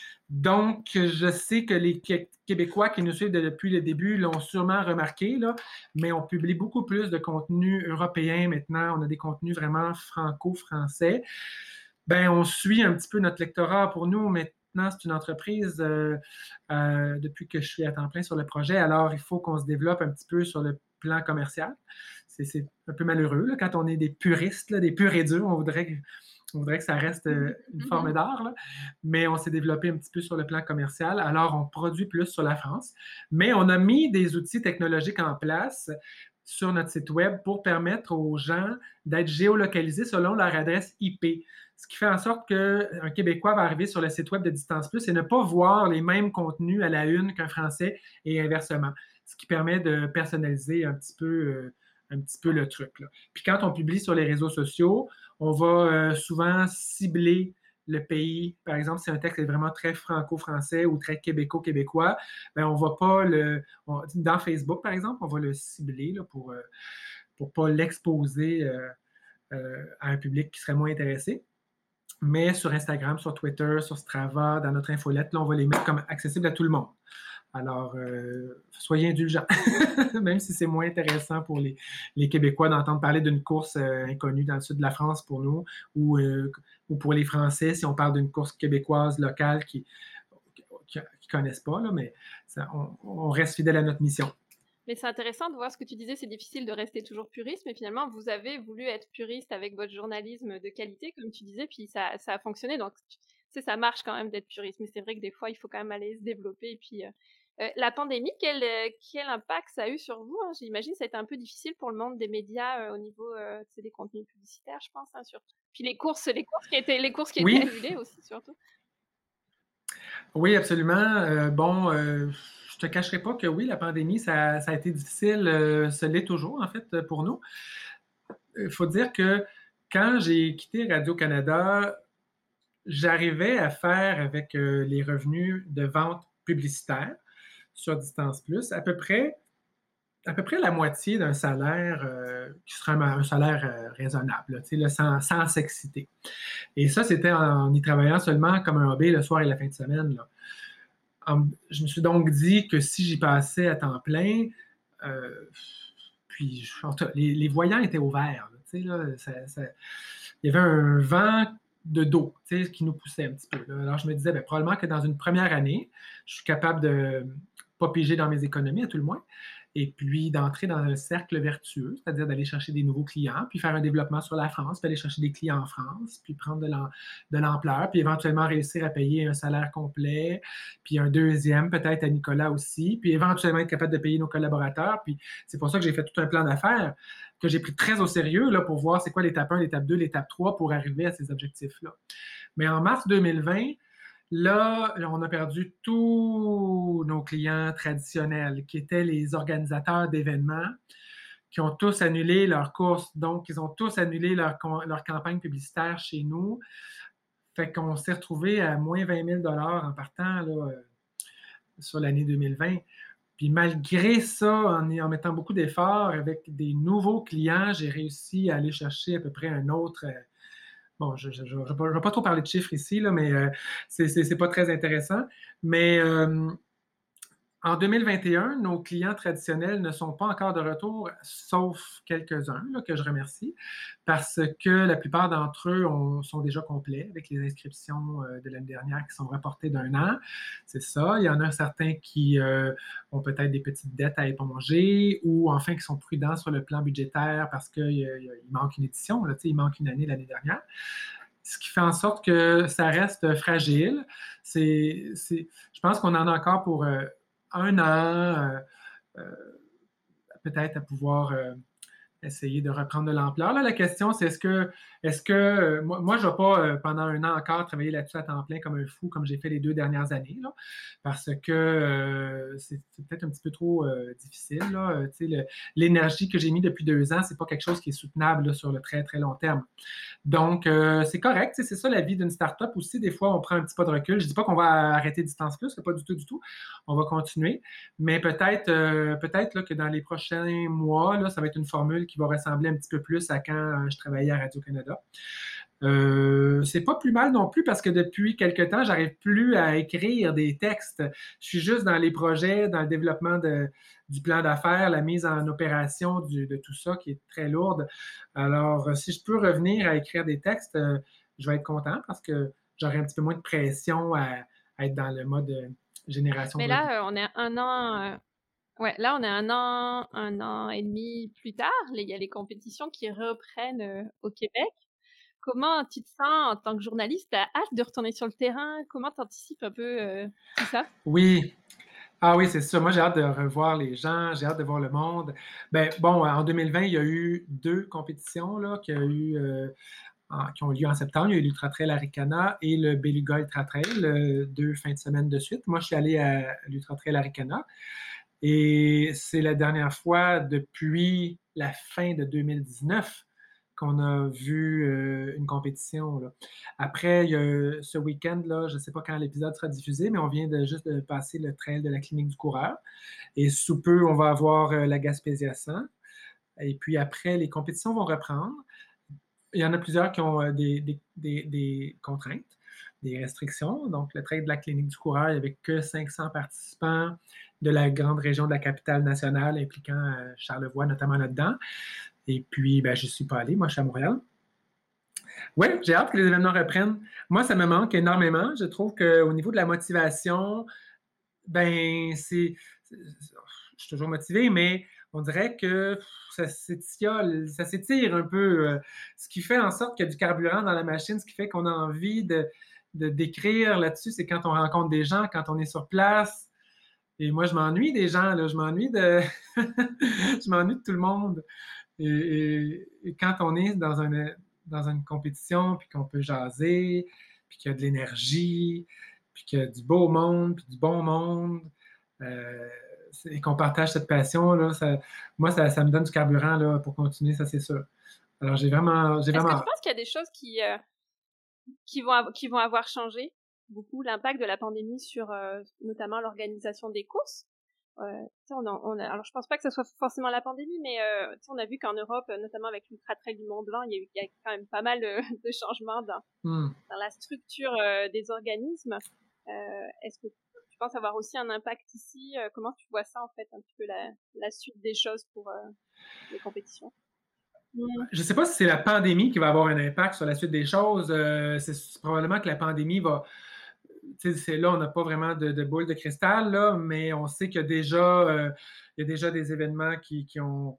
Donc, je sais que les Québécois qui nous suivent depuis le début l'ont sûrement remarqué, là, mais on publie beaucoup plus de contenu européen maintenant. On a des contenus vraiment franco-français. Ben, on suit un petit peu notre lectorat. Pour nous, maintenant, c'est une entreprise euh, euh, depuis que je suis à temps plein sur le projet. Alors, il faut qu'on se développe un petit peu sur le plan commercial. C'est, c'est un peu malheureux là, quand on est des puristes, là, des purs et durs. On voudrait que on voudrait que ça reste euh, une forme d'art, là. Mais on s'est développé un petit peu sur le plan commercial. Alors, on produit plus sur la France. Mais on a mis des outils technologiques en place sur notre site web pour permettre aux gens d'être géolocalisés selon leur adresse I P. Ce qui fait en sorte qu'un Québécois va arriver sur le site web de Distance Plus et ne pas voir les mêmes contenus à la une qu'un Français et inversement. Ce qui permet de personnaliser un petit peu, euh, un petit peu le truc, là. Puis quand on publie sur les réseaux sociaux, on va euh, souvent cibler le pays. Par exemple, si un texte est vraiment très franco-français ou très québéco-québécois, ben on va pas le. On, dans Facebook, par exemple, on va le cibler là, pour ne euh, pas l'exposer euh, euh, à un public qui serait moins intéressé. Mais sur Instagram, sur Twitter, sur Strava, dans notre infolette, là, on va les mettre comme accessibles à tout le monde. Alors, euh, soyez indulgents, même si c'est moins intéressant pour les, les Québécois d'entendre parler d'une course euh, inconnue dans le sud de la France pour nous, ou, euh, ou pour les Français, si on parle d'une course québécoise locale qui ne connaissent pas, là, mais ça, on, on reste fidèle à notre mission. Mais c'est intéressant de voir ce que tu disais, c'est difficile de rester toujours puriste, mais finalement, vous avez voulu être puriste avec votre journalisme de qualité, comme tu disais, puis ça, ça a fonctionné. Donc, tu sais, ça marche quand même d'être puriste, mais c'est vrai que des fois, il faut quand même aller se développer. Et puis, euh, euh, la pandémie, quel, euh, quel impact ça a eu sur vous, hein? J'imagine que ça a été un peu difficile pour le monde des médias euh, au niveau euh, des contenus publicitaires, je pense, hein, surtout. Puis les courses, les courses qui étaient, les courses qui étaient Oui, annulées aussi, surtout. oui, absolument. Euh, bon, euh, je te cacherai pas que oui, la pandémie, ça, ça a été difficile, euh, ça l'est toujours, en fait, pour nous. Il faut dire que quand j'ai quitté Radio-Canada, j'arrivais à faire avec euh, les revenus de vente publicitaire sur Distance Plus à peu près à peu près la moitié d'un salaire euh, qui serait un, un salaire euh, raisonnable, là, tu sais, là, sans, sans s'exciter. Et ça, c'était en y travaillant seulement comme un hobby le soir et la fin de semaine, là. En- je me suis donc dit que si j'y passais à temps plein, euh, puis je- en tout cas, les, les voyants étaient ouverts, là, tu sais, là, ça- ça- il y avait un vent de dos, tu sais, qui nous poussait un petit peu, là. Alors je me disais, ben, probablement que dans une première année, je suis capable de pas piger dans mes économies, à tout le moins, et puis d'entrer dans un cercle vertueux, c'est-à-dire d'aller chercher des nouveaux clients, puis faire un développement sur la France, puis aller chercher des clients en France, puis prendre de l'am- de l'ampleur, puis éventuellement réussir à payer un salaire complet, puis un deuxième peut-être à Nicolas aussi, puis éventuellement être capable de payer nos collaborateurs. Puis c'est pour ça que j'ai fait tout un plan d'affaires que j'ai pris très au sérieux là, pour voir c'est quoi l'étape un, l'étape deux, l'étape trois pour arriver à ces objectifs-là. Mais en mars deux mille vingt, là, on a perdu tous nos clients traditionnels, qui étaient les organisateurs d'événements, qui ont tous annulé leurs courses. Donc, ils ont tous annulé leur, leur campagne publicitaire chez nous. Fait qu'on s'est retrouvé à moins vingt mille dollars en partant là, euh, sur l'année deux mille vingt. Puis malgré ça, en, en mettant beaucoup d'efforts avec des nouveaux clients, j'ai réussi à aller chercher à peu près un autre. Euh, bon, je ne vais pas trop parler de chiffres ici, là, mais euh, c'est c'est pas très intéressant. Mais euh, en deux mille vingt et un, nos clients traditionnels ne sont pas encore de retour, sauf quelques-uns là, que je remercie, parce que la plupart d'entre eux ont- sont déjà complets avec les inscriptions euh, de l'année dernière qui sont reportées d'un an. C'est ça. Il y en a certains qui euh, ont peut-être des petites dettes à éponger ou enfin qui sont prudents sur le plan budgétaire parce qu'il manque une édition, là, il manque une année l'année dernière. Ce qui fait en sorte que ça reste fragile. C'est, c'est, je pense qu'on en a encore pour euh, un an, euh, euh, peut-être à pouvoir euh, essayer de reprendre de l'ampleur. Là, la question, c'est est-ce que, est-ce que euh, moi, moi, je ne vais pas euh, pendant un an encore travailler là-dessus à temps plein comme un fou, comme j'ai fait les deux dernières années, là, parce que euh, c'est, c'est peut-être un petit peu trop euh, difficile. Là. Euh, le, l'énergie que j'ai mis depuis deux ans, c'est pas quelque chose qui est soutenable là, sur le très, très long terme. Donc, euh, c'est correct. C'est ça la vie d'une start-up aussi. Des fois, on prend un petit pas de recul. Je ne dis pas qu'on va arrêter Distance Plus, c'est pas du tout, du tout. On va continuer. Mais peut-être euh, peut-être là, que dans les prochains mois, là, ça va être une formule qui va ressembler un petit peu plus à quand euh, je travaillais à Radio-Canada. Euh, c'est pas plus mal non plus parce que depuis quelque temps, j'arrive plus à écrire des textes. Je suis juste dans les projets, dans le développement de, du plan d'affaires, la mise en opération du, de tout ça qui est très lourde. Alors, si je peux revenir à écrire des textes, euh, je vais être content parce que j'aurai un petit peu moins de pression à, à être dans le mode euh, génération Mais de revenus. là, euh, on est un an, euh, ouais, là, on est un an, un an et demi plus tard. Il y a les compétitions qui reprennent euh, au Québec. Comment tu te sens en tant que journaliste? T'as hâte de retourner sur le terrain? Comment t'anticipes un peu euh, tout ça? Oui, ah oui, c'est sûr. Moi, j'ai hâte de revoir les gens, j'ai hâte de voir le monde. Ben, bon, en deux mille vingt, il y a eu deux compétitions là, qui, a eu, euh, en- qui ont eu lieu en septembre. Il y a eu l'Ultra Trail Aricana et le Beluga Ultra Trail, euh, deux fins de semaine de suite. Moi, je suis allé à l'Ultra Trail Aricana et c'est la dernière fois depuis la fin de deux mille dix-neuf qu'on a vu euh, une compétition. Là. Après, il y a ce week-end, là, je ne sais pas quand l'épisode sera diffusé, mais on vient de juste de passer le trail de la clinique du coureur. Et sous peu, on va avoir euh, la Gaspésia cent. Et puis après, les compétitions vont reprendre. Il y en a plusieurs qui ont euh, des, des, des, des contraintes, des restrictions. Donc, le trail de la clinique du coureur, il n'y avait que cinq cents participants de la grande région de la capitale nationale, impliquant euh, Charlevoix notamment là-dedans. Et puis, ben, je ne suis pas allé. Moi, je suis à Montréal. Oui, j'ai hâte que les événements reprennent. Moi, ça me manque énormément. Je trouve qu'au niveau de la motivation, ben, c'est. c'est- Je suis toujours motivé, mais on dirait que ça s'étiole, ça s'étire un peu. euh, Ce qui fait en sorte qu'il y a du carburant dans la machine, ce qui fait qu'on a envie de, de d'écrire là-dessus, c'est quand on rencontre des gens, quand on est sur place. Et moi, je m'ennuie des gens, là. Je m'ennuie de. Je m'ennuie de tout le monde. Et, et- et quand on est dans une, dans une compétition, puis qu'on peut jaser, puis qu'il y a de l'énergie, puis qu'il y a du beau monde, puis du bon monde, euh, et qu'on partage cette passion, là, ça, moi, ça, ça me donne du carburant là, pour continuer, ça c'est sûr. Alors j'ai vraiment, j'ai Est-ce vraiment que tu hâte. penses qu'il y a des choses qui, euh, qui, vont, av- qui vont avoir changé beaucoup l'impact de la pandémie sur euh, notamment l'organisation des courses? Euh, on a, on a, alors je pense pas que ce soit forcément la pandémie, mais euh, on a vu qu'en Europe, notamment avec l'Ultra Trail du Mont Blanc, il y a eu il y a quand même pas mal euh, de changements dans, Mm. dans la structure euh, des organismes. Euh, est-ce que tu penses avoir aussi un impact ici? euh, Comment tu vois ça en fait, un petit peu la, la suite des choses pour euh, les compétitions? Mm. Je ne sais pas si c'est la pandémie qui va avoir un impact sur la suite des choses. Euh, c'est, c'est probablement que la pandémie va. C'est, là, on n'a pas vraiment de, de boule de cristal, là, mais on sait qu'il y a déjà, euh, il y a déjà des événements qui, qui ont,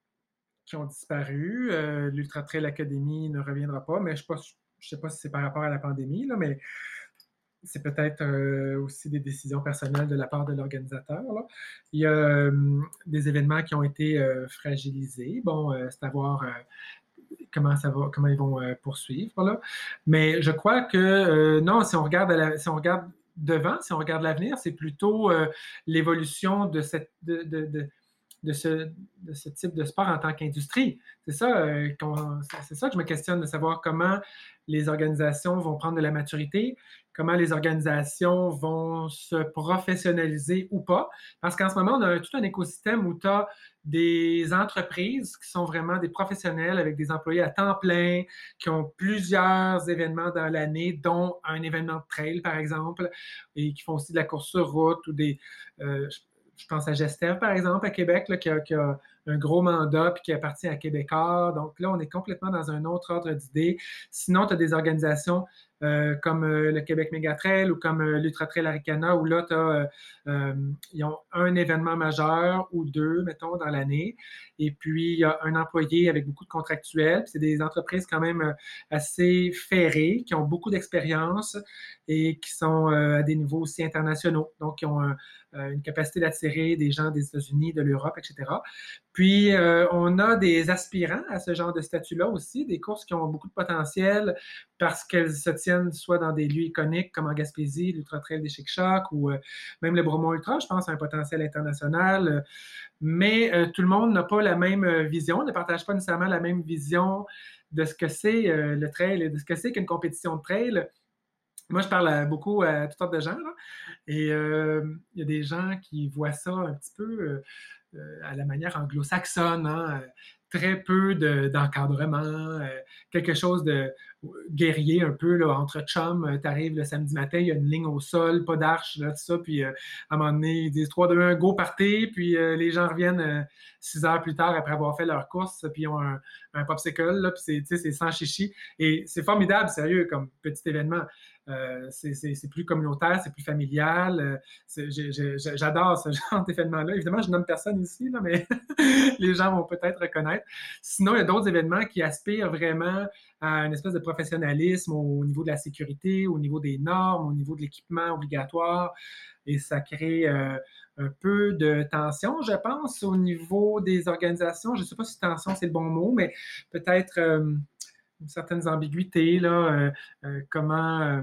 qui ont disparu. Euh, L'Ultra Trail Academy ne reviendra pas, mais je ne sais pas si c'est par rapport à la pandémie, là, mais c'est peut-être euh, aussi des décisions personnelles de la part de l'organisateur. Là. Il y a euh, des événements qui ont été euh, fragilisés. Bon, euh, c'est à voir euh, comment ça va, comment ils vont euh, poursuivre. Là. Mais je crois que euh, non, si on regarde, la, si on regarde devant, si on regarde l'avenir, c'est plutôt euh, l'évolution de cette de, de, de, de, ce, de ce type de sport en tant qu'industrie. C'est ça, euh, c'est ça que je me questionne, de savoir comment les organisations vont prendre de la maturité, comment les organisations vont se professionnaliser ou pas. Parce qu'en ce moment, on a tout un écosystème où tu as des entreprises qui sont vraiment des professionnels avec des employés à temps plein, qui ont plusieurs événements dans l'année, dont un événement de trail, par exemple, et qui font aussi de la course sur route ou des... Euh, je pense à Gestev, par exemple, à Québec, là, qui, a, qui, a, un gros mandat puis qui appartient à Québécois. Donc là, on est complètement dans un autre ordre d'idée. Sinon, tu as des organisations euh, comme euh, le Québec Mégatrail ou comme euh, l'Ultra Trail Aricana, où là, tu as, euh, ils ont un événement majeur ou deux, mettons, dans l'année. Et puis, il y a un employé avec beaucoup de contractuels. Puis c'est des entreprises quand même euh, assez ferrées, qui ont beaucoup d'expérience et qui sont euh, à des niveaux aussi internationaux. Donc, qui ont un, euh, une capacité d'attirer des gens des États-Unis, de l'Europe, et cetera. Puis, euh, on a des aspirants à ce genre de statut-là aussi, des courses qui ont beaucoup de potentiel parce qu'elles se tiennent soit dans des lieux iconiques comme en Gaspésie, l'Ultra Trail des Chic-Chocs ou euh, même le Bromont Ultra, je pense, a un potentiel international. Mais euh, tout le monde n'a pas la même vision, ne partage pas nécessairement la même vision de ce que c'est euh, le trail et de ce que c'est qu'une compétition de trail. Moi, je parle à beaucoup à toutes sortes de gens, là, et euh, il y a des gens qui voient ça un petit peu euh, à la manière anglo-saxonne, hein, très peu de, d'encadrement, euh, quelque chose de guerrier un peu là, entre chums. Tu arrives le samedi matin, il y a une ligne au sol, pas d'arche, là, tout ça, puis euh, à un moment donné, ils disent trois, deux, un, go, partez, puis euh, les gens reviennent euh, six heures plus tard après avoir fait leur course, puis ils ont un, un popsicle, là, puis c'est, tu sais, c'est sans chichi. Et c'est formidable, sérieux, comme petit événement. Euh, c'est, c'est, c'est plus communautaire, c'est plus familial. Euh, c'est, j'ai, j'ai, j'adore ce genre d'événement-là. Évidemment, je nomme personne ici, là, mais les gens vont peut-être reconnaître. Sinon, il y a d'autres événements qui aspirent vraiment à une espèce de professionnalisme au niveau de la sécurité, au niveau des normes, au niveau de l'équipement obligatoire. Et ça crée euh, un peu de tension, je pense, au niveau des organisations. Je ne sais pas si tension, c'est le bon mot, mais peut-être... Euh, certaines ambiguïtés, là, euh, euh, comment, euh,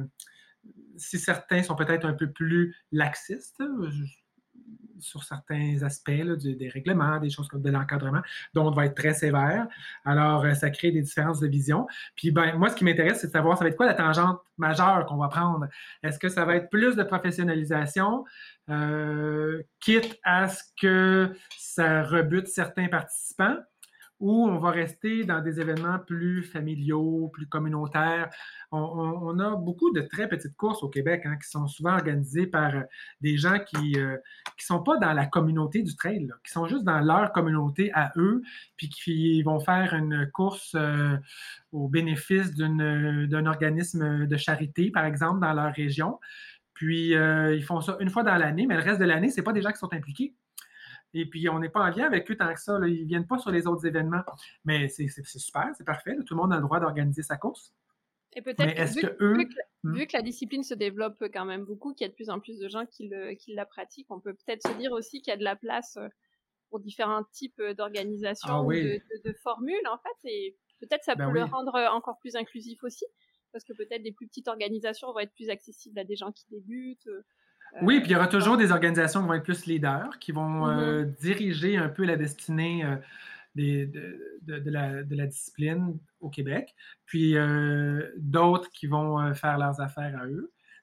si certains sont peut-être un peu plus laxistes euh, sur certains aspects là, du, des règlements, des choses comme de l'encadrement, d'autres vont être très sévères. Alors, euh, ça crée des différences de vision. Puis, ben, moi, ce qui m'intéresse, c'est de savoir, ça va être quoi la tangente majeure qu'on va prendre? Est-ce que ça va être plus de professionnalisation, euh, quitte à ce que ça rebute certains participants? Ou on va rester dans des événements plus familiaux, plus communautaires. On, on, on a beaucoup de très petites courses au Québec hein, qui sont souvent organisées par euh, des gens qui ne euh, sont pas dans la communauté du trail, là, qui sont juste dans leur communauté à eux, puis qui vont faire une course euh, au bénéfice d'une, d'un organisme de charité, par exemple, dans leur région. Puis, euh, ils font ça une fois dans l'année, mais le reste de l'année, ce n'est pas des gens qui sont impliqués. Et puis, on n'est pas en lien avec eux tant que ça. Là. Ils ne viennent pas sur les autres événements. Mais c'est, c'est, c'est super, c'est parfait. Là. Tout le monde a le droit d'organiser sa course. Et peut-être Mais que est-ce vu, que vu, eux. que, Hmm? vu que la discipline se développe quand même beaucoup, qu'il y a de plus en plus de gens qui, le, qui la pratiquent, on peut peut-être se dire aussi qu'il y a de la place pour différents types d'organisations Ah ou oui, de, de, de formules, en fait. Et peut-être ça ben peut le oui. rendre encore plus inclusif aussi, parce que peut-être des plus petites organisations vont être plus accessibles à des gens qui débutent. Oui, Euh, puis il y aura toujours des organisations qui vont être plus leaders, qui vont mm-hmm. euh, diriger un peu la destinée euh, des, de, de, de, la, de la discipline au Québec. Puis euh, d'autres qui vont euh, faire leurs affaires à eux.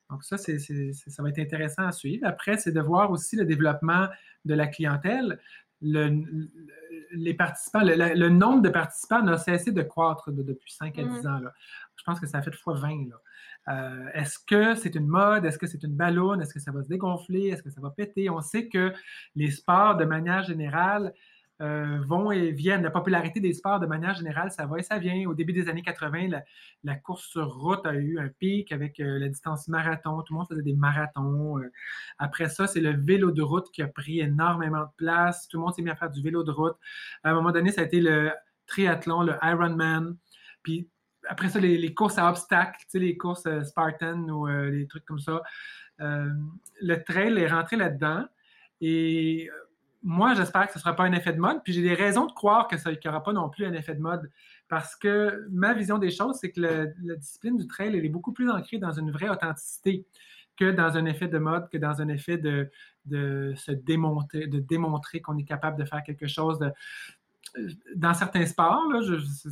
Donc ça, c'est, c'est, c'est- ça va être intéressant à suivre. Après, c'est de voir aussi le développement de la clientèle. Le, le- les participants, le, le nombre de participants n'a cessé de croître de- depuis cinq à dix Mmh. ans. Là. Je pense que ça a fait fois vingt. Là. Euh, est-ce que c'est une mode? Est-ce que c'est une balloune? Est-ce que ça va se dégonfler? Est-ce que ça va péter? On sait que les sports, de manière générale, euh, vont et viennent. La popularité des sports, de manière générale, ça va et ça vient. Au début des années quatre-vingt, la, la course sur route a eu un pic avec euh, la distance marathon. Tout le monde faisait des marathons. Euh. Après ça, c'est le vélo de route qui a pris énormément de place. Tout le monde s'est mis à faire du vélo de route. À un moment donné, ça a été le triathlon, le Ironman. Puis après ça, les, les courses à obstacles, tu sais, les courses euh, Spartan ou euh, les trucs comme ça. Euh, le trail est rentré là-dedans. Et euh, moi, j'espère que ce ne sera pas un effet de mode. Puis j'ai des raisons de croire que ça, qu'il n'y aura pas non plus un effet de mode. Parce que ma vision des choses, c'est que le, la discipline du trail, elle est beaucoup plus ancrée dans une vraie authenticité que dans un effet de mode, que dans un effet de, de se démontrer, de démontrer qu'on est capable de faire quelque chose. De, dans certains sports, là, je, je,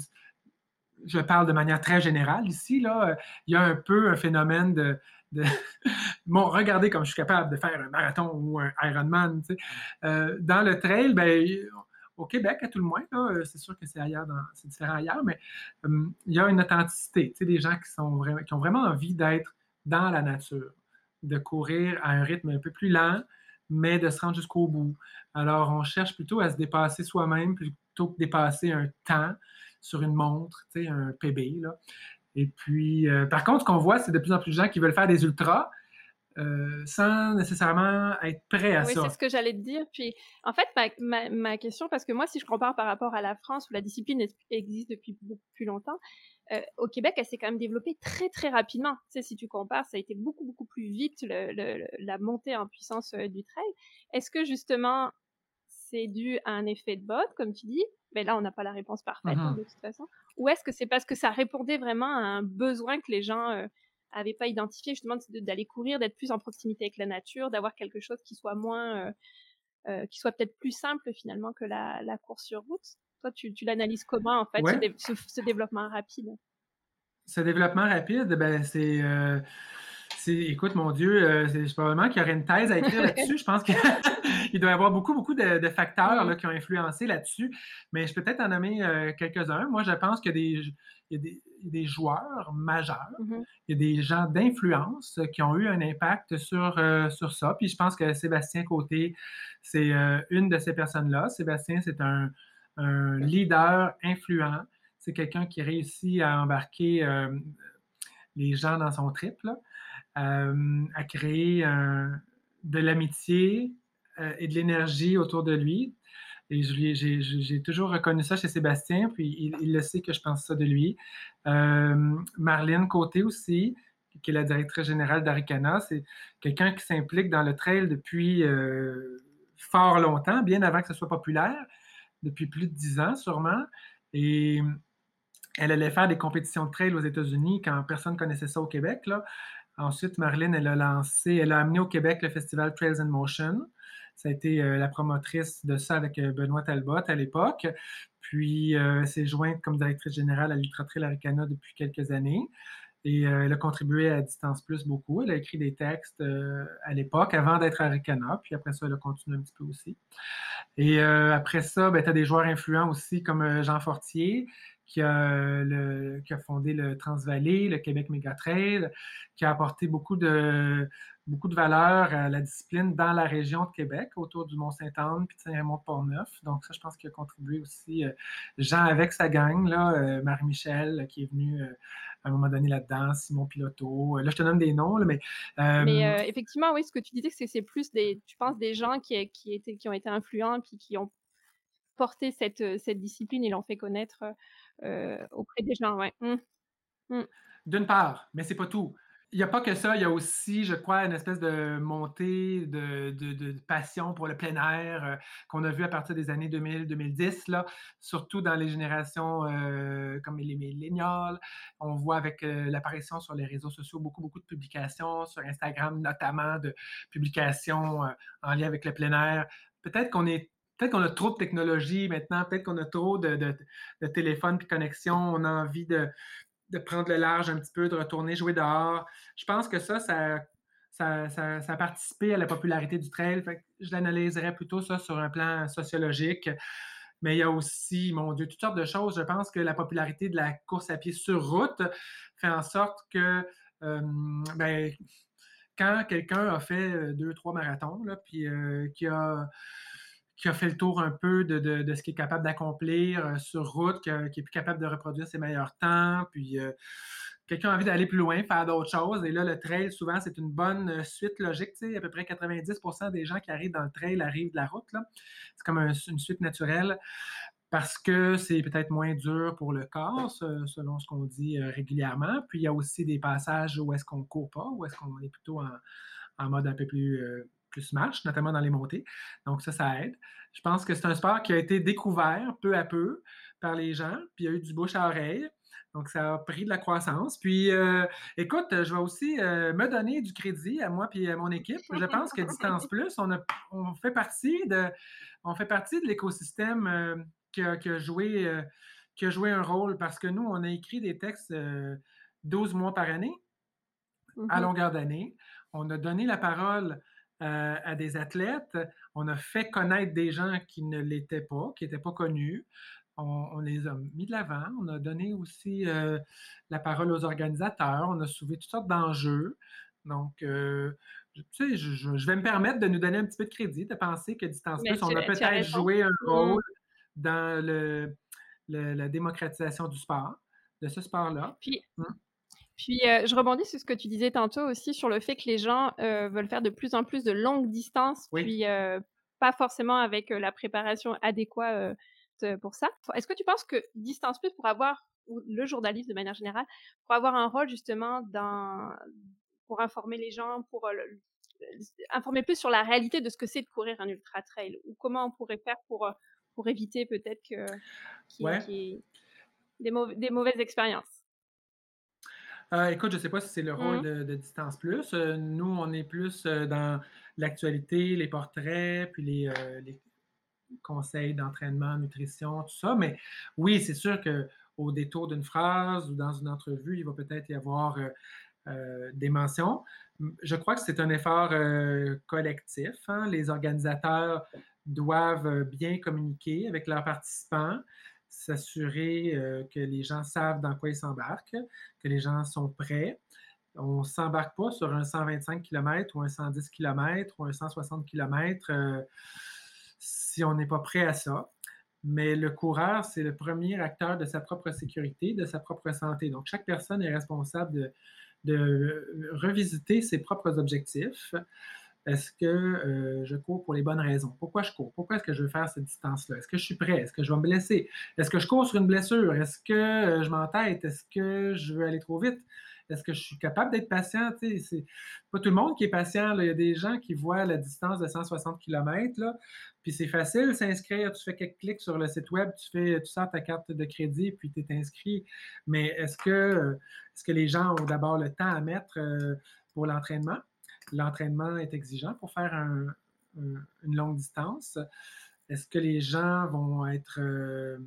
je parle de manière très générale ici, là, il y a un peu un phénomène de, de bon, regardez comme je suis capable de faire un marathon ou un Ironman. Tu sais. Euh, dans le trail, ben, au Québec, à tout le moins, là, c'est sûr que c'est ailleurs, dans, c'est différent ailleurs, mais euh, il y a une authenticité. Tu sais, des gens qui, sont vraiment, qui ont vraiment envie d'être dans la nature, de courir à un rythme un peu plus lent, mais de se rendre jusqu'au bout. Alors, on cherche plutôt à se dépasser soi-même plutôt que dépasser un temps sur une montre, tu sais, un P B. Là. Et puis, euh, par contre, ce qu'on voit, c'est de plus en plus de gens qui veulent faire des ultras euh, sans nécessairement être prêts à Oui, c'est ce ça. que j'allais te dire. Puis, en fait, ma, ma, ma question, parce que moi, si je compare par rapport à la France, où la discipline est- existe depuis beaucoup plus longtemps, euh, au Québec, elle s'est quand même développée très, très rapidement. Tu sais, si tu compares, ça a été beaucoup, beaucoup plus vite, le, le, le- la montée en puissance euh, du trail. Est-ce que, justement, c'est dû à un effet de mode, comme tu dis? Mais là, on n'a pas la réponse parfaite, hein, Mm-hmm. de toute façon. Ou est-ce que c'est parce que ça répondait vraiment à un besoin que les gens euh, avaient pas identifié, justement, de- d'aller courir, d'être plus en proximité avec la nature, d'avoir quelque chose qui soit moins, euh, euh, qui soit peut-être plus simple finalement que la, la course sur route? Toi, tu, tu l'analyses comment, en fait, Oui, ce, dé- ce, ce développement rapide? ce développement rapide, ben, c'est, euh, c'est, écoute, mon Dieu, euh, c'est, probablement qu'il y aurait une thèse à écrire là-dessus. Je pense qu'il doit y avoir beaucoup, beaucoup de, de facteurs Mm. là, qui ont influencé là-dessus. Mais je peux peut-être en nommer euh, quelques-uns. Moi, je pense qu'il y a des, il y a des, il y a des joueurs majeurs, Mhm. il y a des gens d'influence qui ont eu un impact sur, euh, sur ça. Puis je pense que Sébastien Côté, c'est euh, une de ces personnes-là. Sébastien, c'est un, un leader influent. C'est quelqu'un qui réussit à embarquer euh, les gens dans son trip, là, euh, à créer un- de l'amitié euh, et de l'énergie autour de lui. Et je lui- j'ai, j'ai toujours reconnu ça chez Sébastien, puis il, il le sait que je pense ça de lui. Euh, Marlène Côté aussi, qui est la directrice générale d'Aricana, c'est quelqu'un qui s'implique dans le trail depuis euh, fort longtemps, bien avant que ce soit populaire, depuis plus de dix ans sûrement. Et elle allait faire des compétitions de trail aux États-Unis quand personne ne connaissait ça au Québec. Là. Ensuite, Marlène, elle a lancé, elle a amené au Québec le festival Trails in Motion. Ça a été euh, la promotrice de ça avec euh, Benoît Talbot à l'époque. Puis, euh, elle s'est jointe comme directrice générale à l'Ultra Trail Aricana depuis quelques années. Et euh, elle a contribué à Distance Plus beaucoup. Elle a écrit des textes euh, à l'époque, avant d'être à Aricana. Puis après ça, elle a continué un petit peu aussi. Et euh, après ça, ben, tu as des joueurs influents aussi comme euh, Jean Fortier, qui a, le, qui a fondé le Transvalley, le Québec Mégatrail, qui a apporté beaucoup de, beaucoup de valeur à la discipline dans la région de Québec, autour du Mont-Saint-Anne puis de Saint-Raymond-de-Port-Neuf. Donc ça, je pense qu'il a contribué aussi. Euh, Jean avec sa gang, là, euh, Marie-Michel, qui est venu euh, à un moment donné là-dedans, Simon Piloto. Là, je te donne des noms, là, mais... Mais Euh, euh, effectivement, oui, ce que tu disais, c'est c'est plus des, tu penses, des gens qui, qui, étaient, qui ont été influents puis qui ont porté cette, euh, cette discipline et l'ont fait connaître euh, auprès des gens, ouais. Mm. Mm. D'une part, mais c'est pas tout. Il n'y a pas que ça, il y a aussi, je crois, une espèce de montée de, de, de passion pour le plein air euh, qu'on a vu à partir des années deux mille, deux mille dix, là, surtout dans les générations euh, comme les millénials. On voit avec euh, l'apparition sur les réseaux sociaux beaucoup, beaucoup de publications, sur Instagram notamment, de publications euh, en lien avec le plein air. Peut-être qu'on est Peut-être qu'on a trop de technologie maintenant, peut-être qu'on a trop de, de, de téléphones et connexions, on a envie de, de prendre le large un petit peu, de retourner jouer dehors. Je pense que ça, ça, ça, ça, ça a participé à la popularité du trail. Fait que je l'analyserais plutôt ça sur un plan sociologique. Mais il y a aussi, mon Dieu, toutes sortes de choses. Je pense que la popularité de la course à pied sur route fait en sorte que euh, ben, quand quelqu'un a fait deux, trois marathons, là, puis euh, qui a qui a fait le tour un peu de, de, de ce qu'il est capable d'accomplir euh, sur route, qui, a, qui, est plus capable de reproduire ses meilleurs temps, puis euh, quelqu'un a envie d'aller plus loin, faire d'autres choses. Et là, le trail, souvent, c'est une bonne suite logique. Tu sais, à peu près quatre-vingt-dix pour cent des gens qui arrivent dans le trail arrivent de la route. Là. C'est comme un, une suite naturelle parce que c'est peut-être moins dur pour le corps, selon ce qu'on dit euh, régulièrement. Puis il y a aussi des passages où est-ce qu'on ne court pas, où est-ce qu'on est plutôt en, en mode un peu plus, euh, plus marche, notamment dans les montées. Donc ça, ça aide. Je pense que c'est un sport qui a été découvert peu à peu par les gens, puis il y a eu du bouche à oreille. Donc, ça a pris de la croissance. Puis, euh, écoute, je vais aussi euh, me donner du crédit à moi et à mon équipe. Je pense que Distance Plus, on, a, on fait partie de, on fait partie de l'écosystème euh, qui, a, qui, a joué, euh, qui a joué un rôle parce que nous, on a écrit des textes euh, douze mois par année, mm-hmm. à longueur d'année. On a donné la parole euh, à des athlètes. On a fait connaître des gens qui ne l'étaient pas, qui n'étaient pas connus. On, on, les a mis de l'avant. On a donné aussi euh, la parole aux organisateurs. On a soulevé toutes sortes d'enjeux. Donc, euh, tu sais, je, je, je, vais me permettre de nous donner un petit peu de crédit, de penser que Distance Plus, on a peut-être joué un rôle mmh. dans le, le, la démocratisation du sport, de ce sport-là. Puis, mmh. puis euh, je rebondis sur ce que tu disais tantôt aussi, sur le fait que les gens euh, veulent faire de plus en plus de longues distances, oui. puis euh, pas forcément avec euh, la préparation adéquate euh, pour ça. Est-ce que tu penses que Distance Plus, pour avoir, ou le journalisme de manière générale, pour avoir un rôle justement dans, pour informer les gens, pour euh, le, informer plus sur la réalité de ce que c'est de courir un ultra trail, ou comment on pourrait faire pour, pour éviter peut-être que, qu'il, ouais. qu'il y ait des, mauvais, des mauvaises expériences? Euh, écoute, je ne sais pas si c'est le rôle mmh. de, de Distance Plus. Euh, nous, on est plus euh, dans l'actualité, les portraits, puis les, euh, les conseils d'entraînement, nutrition, tout ça. Mais oui, c'est sûr qu'au détour d'une phrase ou dans une entrevue, il va peut-être y avoir euh, euh, des mentions. Je crois que c'est un effort euh, collectif. Hein? Les organisateurs doivent bien communiquer avec leurs participants, s'assurer euh, que les gens savent dans quoi ils s'embarquent, que les gens sont prêts. On ne s'embarque pas sur un cent vingt-cinq kilomètres ou un cent dix kilomètres ou un cent soixante kilomètres euh, si on n'est pas prêt à ça. Mais le coureur, c'est le premier acteur de sa propre sécurité, de sa propre santé. Donc, chaque personne est responsable de, de revisiter ses propres objectifs. Est-ce que euh, je cours pour les bonnes raisons? Pourquoi je cours? Pourquoi est-ce que je veux faire cette distance-là? Est-ce que je suis prêt? Est-ce que je vais me blesser? Est-ce que je cours sur une blessure? Est-ce que euh, je m'entête? Est-ce que je veux aller trop vite? Est-ce que je suis capable d'être patient? T'sais, c'est pas tout le monde qui est patient. Là. Il y a des gens qui voient la distance de cent soixante kilomètres, là, puis c'est facile s'inscrire. Tu fais quelques clics sur le site web, tu, fais, tu sors ta carte de crédit, puis tu es inscrit. Mais est-ce que, est-ce que les gens ont d'abord le temps à mettre euh, pour l'entraînement? L'entraînement est exigeant pour faire un, un, une longue distance. Est-ce que les gens vont être, euh,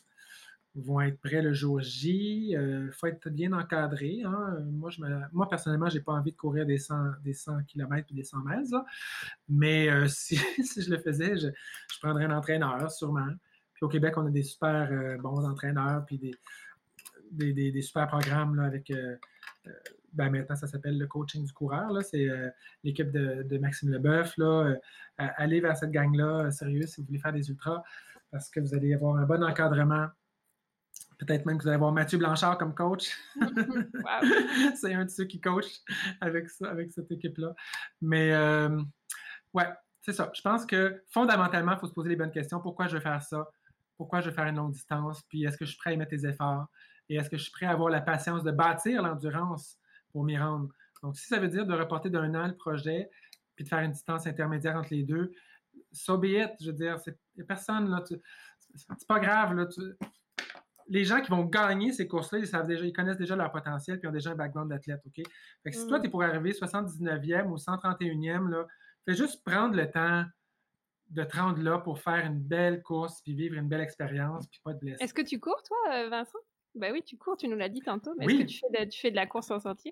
vont être prêts le jour J? Il euh, faut être bien encadré. Hein? Moi, je me, moi, personnellement, je n'ai pas envie de courir des cent, des cent kilomètres et des cent mètres. Là. Mais euh, si, si je le faisais, je, je prendrais un entraîneur, sûrement. Puis au Québec, on a des super euh, bons entraîneurs puis des, des, des, des super programmes là, avec... Euh, euh, ben maintenant, ça s'appelle le coaching du coureur. Là. C'est euh, l'équipe de, de Maxime Leboeuf. Là. Euh, allez vers cette gang-là, euh, sérieux, si vous voulez faire des ultras, parce que vous allez avoir un bon encadrement. Peut-être même que vous allez avoir Mathieu Blanchard comme coach. Wow. C'est un de ceux qui coach avec, ça, avec cette équipe-là. Mais euh, ouais, c'est ça. Je pense que fondamentalement, il faut se poser les bonnes questions. Pourquoi je veux faire ça? Pourquoi je veux faire une longue distance? Puis est-ce que je suis prêt à y mettre des efforts? Et est-ce que je suis prêt à avoir la patience de bâtir l'endurance pour m'y rendre? Donc, si ça veut dire de reporter d'un an le projet, puis de faire une distance intermédiaire entre les deux, so be it. Je veux dire, il n'y a personne, là. Tu, c'est pas grave, là. Tu, les gens qui vont gagner ces courses-là, ils savent déjà, ils connaissent déjà leur potentiel, puis ils ont déjà un background d'athlète, OK? Fait que si mm. toi, tu es pour arriver soixante-dix-neuvième ou cent trente et unième, là, fais juste prendre le temps de te rendre là pour faire une belle course, puis vivre une belle expérience, puis pas de blessure. Est-ce que tu cours, toi, Vincent? Bah oui, tu cours, tu nous l'as dit tantôt, mais est-ce que tu Oui, fais de tu fais de la course en sentier?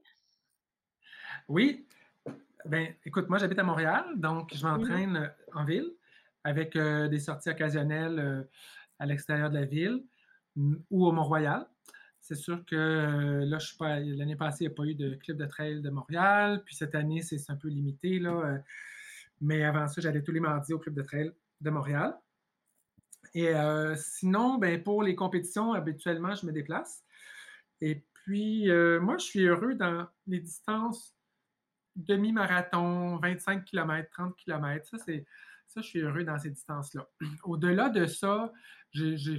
oui. Ben, écoute, moi, j'habite à Montréal, donc je Mmh mh. m'entraîne euh, en ville avec euh, des sorties occasionnelles euh, à l'extérieur de la ville mm, ou au Mont-Royal. C'est sûr que euh, là, je suis pas. L'année passée, il n'y a pas eu de club de trail de Montréal. Puis cette année, c'est un peu limité, là. euh, mais avant ça, j'allais tous les mardis au club de trail de Montréal. Et euh, sinon, ben, pour les compétitions, habituellement, je me déplace. Et puis, euh, moi, je suis heureux dans les distances demi-marathon, vingt-cinq kilomètres, trente kilomètres. Ça, c'est, ça, je suis heureux dans ces distances-là. Au-delà de ça, j'ai, j'ai,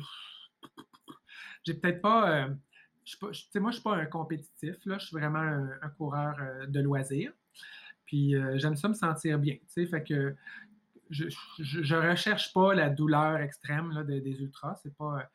j'ai peut-être pas. Euh, je suis pas je- tu sais, moi, je suis pas un compétitif. Là. Je suis vraiment un, un coureur euh, de loisirs. Puis euh, j'aime ça me sentir bien. Tu sais, fait que je, je, je recherche pas la douleur extrême là, des, des ultras. C'est pas.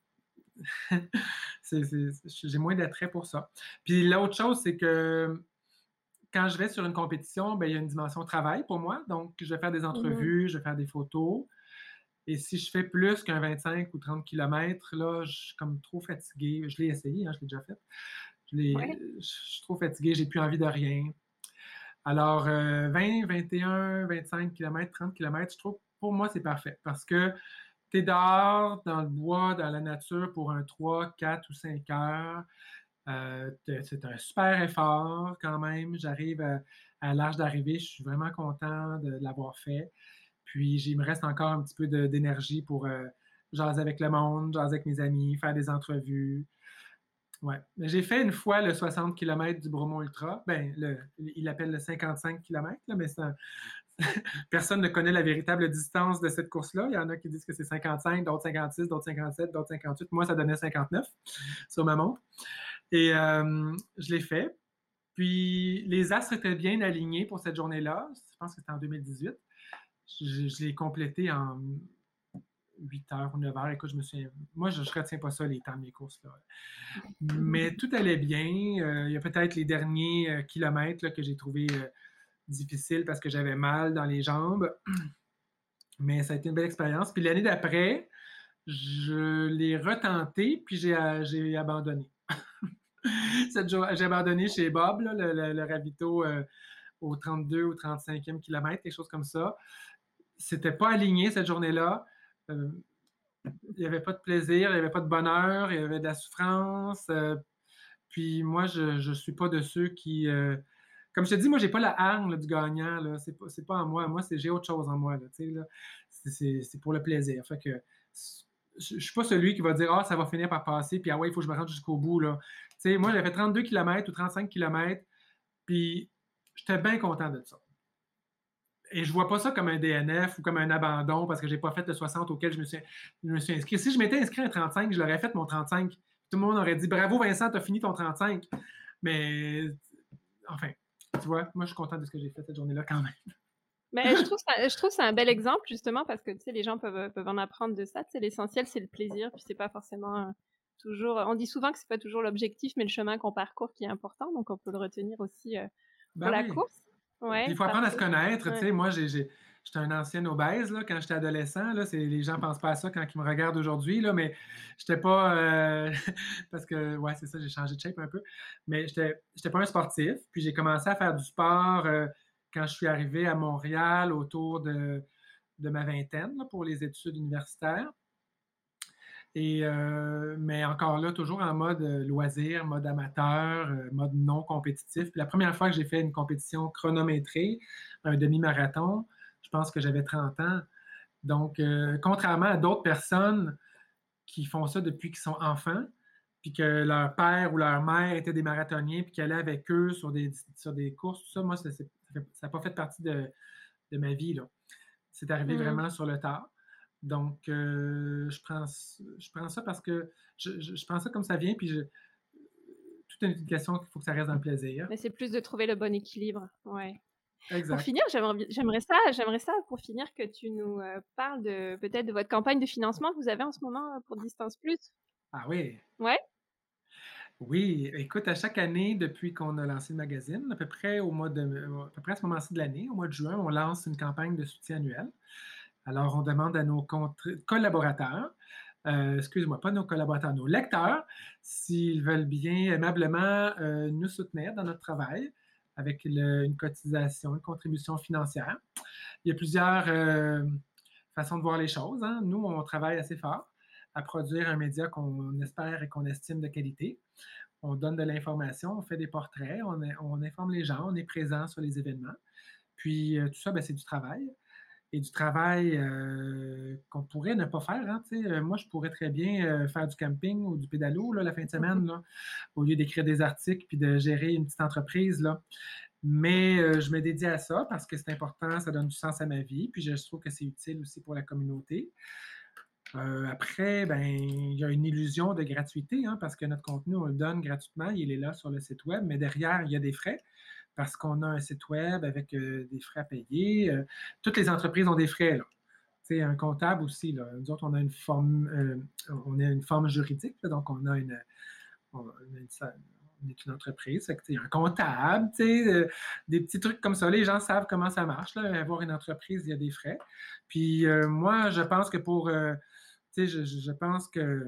euh, c'est, c'est- j'ai moins d'attrait pour ça. Puis l'autre chose, c'est que quand je vais sur une compétition, ben, il y a une dimension travail pour moi. Donc, je vais faire des Mmh. entrevues, je vais faire des photos. Et si je fais plus qu'un vingt-cinq ou trente kilomètres, là, je suis comme trop fatigué. Je l'ai essayé, hein, je l'ai déjà fait. Je, l'ai- Ouais. je suis trop fatigué, j'ai plus envie de rien. Alors, euh, vingt, vingt et un, vingt-cinq kilomètres, trente kilomètres, je trouve, pour moi, c'est parfait. Parce que tu es dehors, dans le bois, dans la nature pour un trois, quatre ou cinq heures. Euh, c'est un super effort quand même. J'arrive à, à l'âge d'arrivée. Je suis vraiment content de l'avoir fait. Puis, il me reste encore un petit peu d'énergie pour euh, jaser avec le monde, jaser avec mes amis, faire des entrevues. Ouais. Mais j'ai fait une fois le soixante kilomètres du Bromont Ultra. Ben, le, il l'appelle le cinquante-cinq kilomètres, là, mais un... personne ne connaît la véritable distance de cette course-là. Il y en a qui disent que c'est cinquante-cinq, d'autres cinquante-six, d'autres cinquante-sept, d'autres cinquante-huit. Moi, ça donnait cinquante-neuf sur ma montre. Et euh, je l'ai fait. Puis les astres étaient bien alignés pour cette journée-là. Je pense que c'était en deux mille dix-huit. Je, je l'ai complété en huit heures ou neuf heures. Écoute, je me suis. Moi, je ne retiens pas ça, les temps de mes courses. Là. Mais tout allait bien. Euh, il y a peut-être les derniers euh, kilomètres là, que j'ai trouvé euh, difficiles parce que j'avais mal dans les jambes. Mais ça a été une belle expérience. Puis l'année d'après, je l'ai retenté, puis j'ai, euh, j'ai abandonné. Cette jour, j'ai abandonné chez Bob, là, le, le, le ravito euh, au trente-deux ou trente-cinquième kilomètre, quelque chose comme ça. C'était pas aligné cette journée-là. Euh, il n'y avait pas de plaisir, il n'y avait pas de bonheur, il y avait de la souffrance. Euh, puis moi, je ne suis pas de ceux qui. Euh, comme je te dis, moi, j'ai pas la hargne là, du gagnant. Là. C'est pas, c'est pas en moi. Moi, c'est j'ai autre chose en moi. Là, là. C'est, c'est, c'est pour le plaisir. Fait que je, ne suis pas celui qui va dire Ah, ça va finir par passer, puis ah ouais, il faut que je me rende jusqu'au bout. Là. sais, moi, j'avais trente-deux kilomètres ou trente-cinq kilomètres, puis j'étais bien content de ça. Et je vois pas ça comme un D N F ou comme un abandon parce que j'ai pas fait le soixante auquel je me suis, je me suis inscrit. Si je m'étais inscrit à trente-cinq, je l'aurais fait mon trente-cinq. Tout le monde aurait dit bravo Vincent, t'as fini ton trente-cinq. Mais enfin, tu vois, moi je suis content de ce que j'ai fait cette journée-là quand même. Mais je trouve ça je trouve c'est un bel exemple justement parce que, tu sais, les gens peuvent, peuvent en apprendre de ça. Tu sais, l'essentiel, c'est le plaisir, puis c'est pas forcément euh, toujours. On dit souvent que c'est pas toujours l'objectif, mais le chemin qu'on parcourt qui est important, donc on peut le retenir aussi euh, pour Ben la oui. course. Puis il Ouais, faut apprendre à se parfait. connaître. Tu Ouais. sais, moi, j'ai, j'ai, j'étais un ancien obèse là, quand j'étais adolescent. Là, c'est, les gens ne pensent pas à ça quand ils me regardent aujourd'hui, là, mais j'étais pas. Euh, parce que, ouais, c'est ça, j'ai changé de shape un peu. Mais j'étais, j'étais pas un sportif. Puis j'ai commencé à faire du sport euh, quand je suis arrivé à Montréal autour de, de ma vingtaine là, pour les études universitaires. Et, euh, mais encore là, toujours en mode euh, loisir, mode amateur, euh, mode non compétitif. Puis la première fois que j'ai fait une compétition chronométrée, un demi-marathon, je pense que j'avais trente ans. Donc, euh, contrairement à d'autres personnes qui font ça depuis qu'ils sont enfants, puis que leur père ou leur mère étaient des marathoniens, puis qui allaient avec eux sur des, sur des courses, tout ça, moi, ça n'a pas fait partie de, de ma vie, là. C'est arrivé Mm. vraiment sur le tard. Donc, euh, je, prends, je prends ça parce que je, je, je prends ça comme ça vient, puis je, toute une question qu'il faut que ça reste dans le plaisir. Mais c'est plus de trouver le bon équilibre. Ouais. Pour Exact. finir, j'aimerais, j'aimerais ça, j'aimerais ça pour finir que tu nous euh, parles de peut-être de votre campagne de financement que vous avez en ce moment euh, pour Distance Plus. Ah oui. Ouais. Oui, écoute, à chaque année, depuis qu'on a lancé le magazine, à peu près au mois de, à peu près à ce moment-ci de l'année, au mois de juin, on lance une campagne de soutien annuel. Alors, on demande à nos collaborateurs euh, excuse-moi, pas nos collaborateurs, nos lecteurs, s'ils veulent bien aimablement euh, nous soutenir dans notre travail avec le- une cotisation, une contribution financière. Il y a plusieurs euh, façons de voir les choses, hein. Nous, on travaille assez fort à produire un média qu'on espère et qu'on estime de qualité. On donne de l'information, on fait des portraits, on, on informe les gens, on est présent sur les événements. Puis euh, tout ça, ben, c'est du travail. Et du travail euh, qu'on pourrait ne pas faire. Hein, euh, moi, je pourrais très bien euh, faire du camping ou du pédalo là, la fin de semaine, là, au lieu d'écrire des articles puis de gérer une petite entreprise. Là. Mais euh, je me dédie à ça parce que c'est important, ça donne du sens à ma vie. Puis je trouve que c'est utile aussi pour la communauté. Euh, après, ben, il y a une illusion de gratuité hein, parce que notre contenu, on le donne gratuitement, il est là sur le site web, mais derrière, il y a des frais parce qu'on a un site web avec euh, des frais à payer. Euh, toutes les entreprises ont des frais, là. Tu sais, un comptable aussi, là. Nous autres, on a une forme, euh, on a une forme juridique, là, donc on a une, on a une, on est une entreprise, fait que, tu sais, un comptable, tu sais, euh, des petits trucs comme ça. Les gens savent comment ça marche, là. Avoir une entreprise, il y a des frais. Puis euh, moi, je pense que pour, euh, tu sais, je, je, pense que,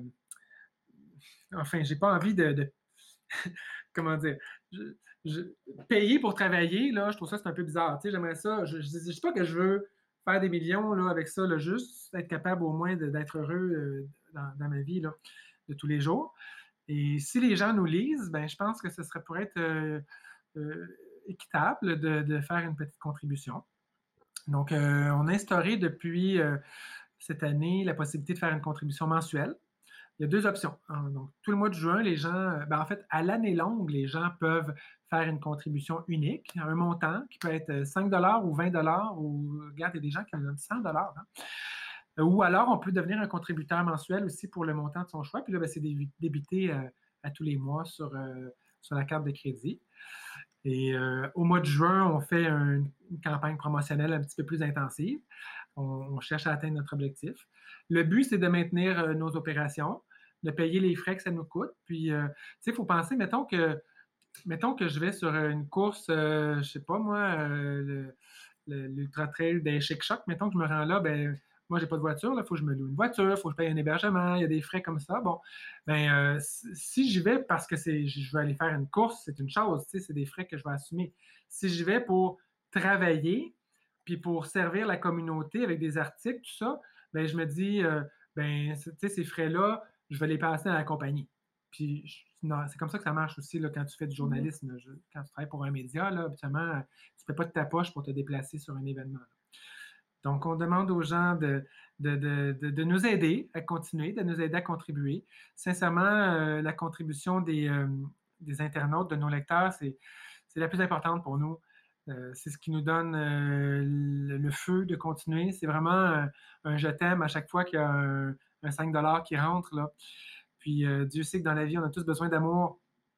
enfin, j'ai pas envie de, de comment dire, je, je, payer pour travailler, là, je trouve ça c'est un peu bizarre. Tu sais, j'aimerais ça. Je ne dis pas que je veux faire des millions là, avec ça, là, juste être capable au moins d'être heureux euh, dans, dans, ma vie là, de tous les jours. Et si les gens nous lisent, ben, je pense que ce serait pour être euh, euh, équitable de, de, faire une petite contribution. Donc, euh, on a instauré depuis euh, cette année la possibilité de faire une contribution mensuelle. Il y a deux options. Donc, tout le mois de juin, les gens, ben, en fait, à l'année longue, les gens peuvent faire une contribution unique, un montant qui peut être cinq dollars ou vingt dollars ou, regarde, il y a des gens qui nous donnent cent dollars. Hein. Ou alors, on peut devenir un contributeur mensuel aussi pour le montant de son choix. Puis là, ben, c'est débité euh, à tous les mois sur, euh, sur la carte de crédit. Et euh, au mois de juin, on fait un, une campagne promotionnelle un petit peu plus intensive. On, on cherche à atteindre notre objectif. Le but, c'est de maintenir euh, nos opérations, de payer les frais que ça nous coûte. Puis, euh, tu sais, il faut penser, mettons que, mettons que je vais sur une course, euh, je sais pas moi, euh, l'Ultra Trail des Chic Choc, mettons que je me rends là, ben moi, j'ai pas de voiture, il faut que je me loue une voiture, il faut que je paye un hébergement, il y a des frais comme ça. Bon, ben euh, si j'y vais parce que c'est, je vais aller faire une course, c'est une chose, tu sais, c'est des frais que je vais assumer. Si j'y vais pour travailler, puis pour servir la communauté avec des articles, tout ça, ben je me dis, euh, ben, tu sais, ces frais-là, je vais les passer à la compagnie. Puis c'est comme ça que ça marche aussi là, quand tu fais du journalisme. Je, quand tu travailles pour un média, là, habituellement, tu ne fais pas de ta poche pour te déplacer sur un événement. Là. Donc, on demande aux gens de, de, de, de, de nous aider à continuer, de nous aider à contribuer. Sincèrement, euh, la contribution des, euh, des internautes, de nos lecteurs, c'est la plus importante pour nous. Euh, c'est ce qui nous donne euh, le, le feu de continuer. C'est vraiment un, un je t'aime à chaque fois qu'il y a un, un cinq dollars qui rentre. Là. Puis euh, Dieu sait que dans la vie, on a tous besoin d'amour.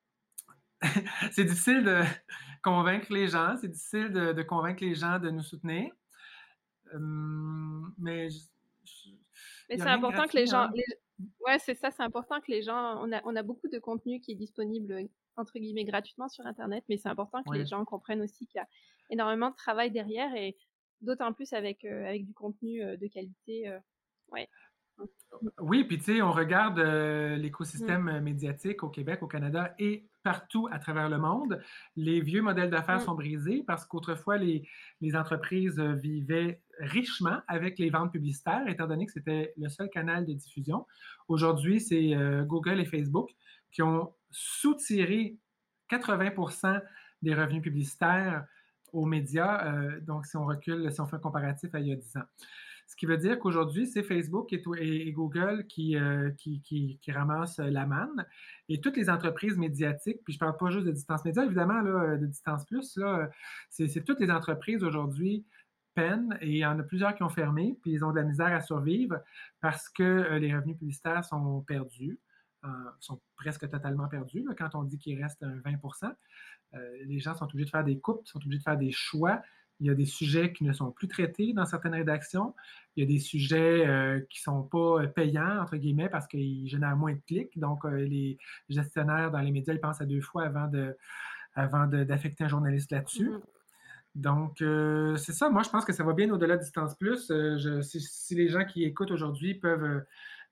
C'est difficile de convaincre les gens, c'est difficile de, de, convaincre les gens de nous soutenir. Euh, mais mais c'est important gratuit, que les gens. Hein. Les... Ouais, c'est ça, c'est important que les gens. On a, on a beaucoup de contenu qui est disponible entre guillemets gratuitement sur Internet, mais c'est important que ouais. les gens comprennent aussi qu'il y a énormément de travail derrière et d'autant plus avec, euh, avec du contenu euh, de qualité. Euh, ouais. Oui, puis tu sais, on regarde euh, l'écosystème mm. médiatique au Québec, au Canada et partout à travers le monde. Les vieux modèles d'affaires mm. sont brisés parce qu'autrefois, les, les entreprises vivaient richement avec les ventes publicitaires, étant donné que c'était le seul canal de diffusion. Aujourd'hui, c'est euh, Google et Facebook qui ont soutiré quatre-vingts pour cent des revenus publicitaires aux médias. Euh, donc, si on recule, si on fait un comparatif à il y a dix ans. Ce qui veut dire qu'aujourd'hui, c'est Facebook et, et, et Google qui, euh, qui, qui, qui ramassent la manne. Et toutes les entreprises médiatiques, puis je ne parle pas juste de Distance Média, évidemment, là, de Distance Plus, c'est toutes les entreprises aujourd'hui peinent et il y en a plusieurs qui ont fermé, puis ils ont de la misère à survivre parce que euh, les revenus publicitaires sont perdus, euh, sont presque totalement perdus. Là, quand on dit qu'il reste un vingt pour cent, euh, les gens sont obligés de faire des coupes, sont obligés de faire des choix. Il y a des sujets qui ne sont plus traités dans certaines rédactions. Il y a des sujets euh, qui ne sont pas payants, entre guillemets, parce qu'ils génèrent moins de clics. Donc, euh, les gestionnaires dans les médias, ils pensent à deux fois avant de, avant d'affecter un journaliste là-dessus. Mm-hmm. Donc, euh, c'est ça. Moi, je pense que ça va bien au-delà de Distance Plus. Euh, je, si, si les gens qui écoutent aujourd'hui peuvent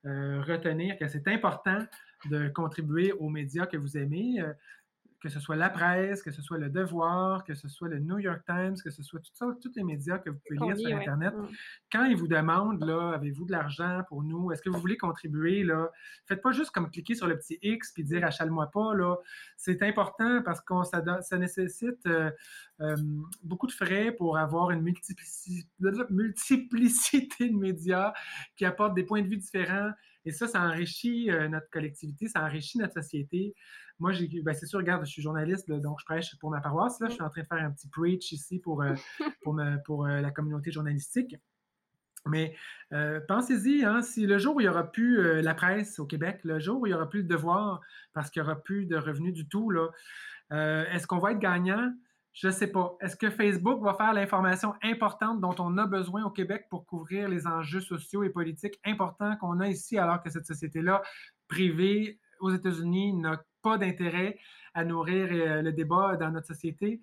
euh, retenir que c'est important de contribuer aux médias que vous aimez, euh, que ce soit la presse, que ce soit le Devoir, que ce soit le New York Times, que ce soit tout ça, tous les médias que vous pouvez lire Lit, sur ouais. Internet. Mmh. Quand ils vous demandent, là, avez-vous de l'argent pour nous? Est-ce que vous voulez contribuer? Là? Faites pas juste comme cliquer sur le petit X puis dire achale-moi pas. Là. C'est important parce que ça, ça nécessite euh, euh, beaucoup de frais pour avoir une multiplicité, multiplicité de médias qui apportent des points de vue différents. Et ça, ça enrichit euh, notre collectivité, ça enrichit notre société. Moi, j'ai, ben c'est sûr, regarde, je suis journaliste, là, donc je prêche pour ma paroisse. Là. Je suis en train de faire un petit preach ici pour, euh, pour, me, pour euh, la communauté journalistique. Mais euh, pensez-y, hein, si le jour où il n'y aura plus euh, la presse au Québec, le jour où il n'y aura plus le Devoir parce qu'il n'y aura plus de revenus du tout, là, euh, est-ce qu'on va être gagnant? Je ne sais pas. Est-ce que Facebook va faire l'information importante dont on a besoin au Québec pour couvrir les enjeux sociaux et politiques importants qu'on a ici, alors que cette société-là, privée aux États-Unis, n'a pas d'intérêt à nourrir euh, le débat dans notre société?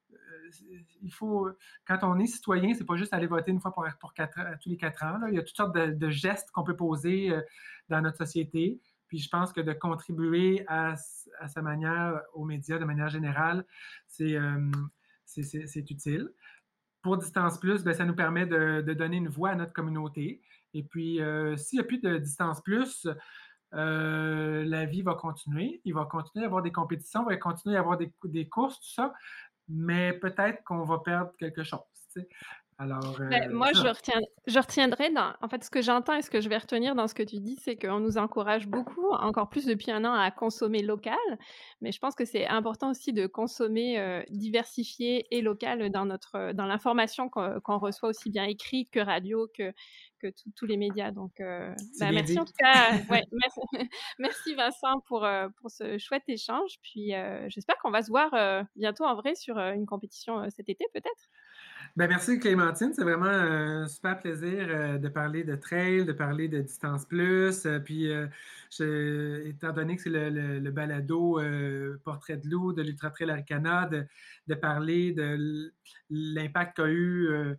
Il faut, quand on est citoyen, c'est pas juste aller voter une fois pour, pour quatre, tous les quatre ans. Là. Il y a toutes sortes de, de gestes qu'on peut poser euh, dans notre société. Puis je pense que de contribuer à, à sa manière aux médias de manière générale, c'est, euh, c'est, c'est, c'est utile. Pour Distance Plus, ben, ça nous permet de, de donner une voix à notre communauté. Et puis, euh, s'il n'y a plus de Distance Plus, euh, la vie va continuer. Il va continuer à y avoir des compétitions, il va continuer à y avoir des, des courses, tout ça. Mais peut-être qu'on va perdre quelque chose. Tu sais. Alors, euh, ben, moi, je, retiens, je retiendrai, dans, en fait, ce que j'entends et ce que je vais retenir dans ce que tu dis, c'est qu'on nous encourage beaucoup, encore plus depuis un an, à consommer local. Mais je pense que c'est important aussi de consommer euh, diversifié et local dans, notre, dans l'information qu'on, qu'on reçoit, aussi bien écrite que radio, que, que tous les médias. Donc, euh, ben, merci dit. En tout cas. Ouais, merci, merci Vincent pour, euh, pour ce chouette échange. Puis, euh, j'espère qu'on va se voir euh, bientôt en vrai sur euh, une compétition euh, cet été, peut-être. Ben merci Clémentine, c'est vraiment un super plaisir euh, de parler de trail, de parler de Distance Plus. Euh, puis, euh, je, étant donné que c'est le, le, le balado euh, Portrait de loup de l'Ultra Trail Arikana, de, de parler de l'impact qu'a eu euh,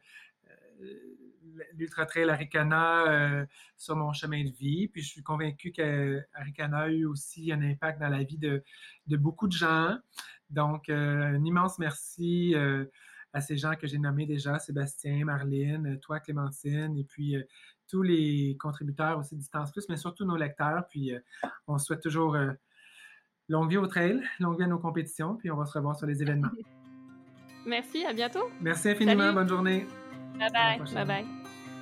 l'Ultra Trail Arikana euh, sur mon chemin de vie. Puis je suis convaincu qu'Arikana a eu aussi un impact dans la vie de, de beaucoup de gens. Donc, euh, un immense merci. Euh, à ces gens que j'ai nommés déjà, Sébastien, Marlène, toi, Clémentine, et puis euh, tous les contributeurs aussi de Distance Plus, mais surtout nos lecteurs. Puis euh, on souhaite toujours euh, longue vie au trail, longue vie à nos compétitions, puis on va se revoir sur les événements. Merci, à bientôt. Merci infiniment, Salut. Bonne journée. Bye bye, bye bye.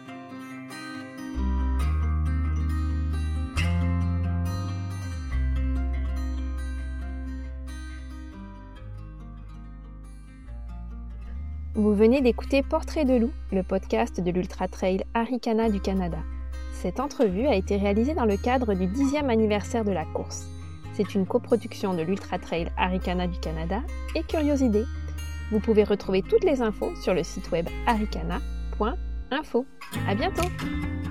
Vous venez d'écouter Portrait de loup, le podcast de l'Ultra Trail Arikana du Canada. Cette entrevue a été réalisée dans le cadre du dixième anniversaire de la course. C'est une coproduction de l'Ultra Trail Arikana du Canada et Curiosité. Vous pouvez retrouver toutes les infos sur le site web arikana point info. À bientôt!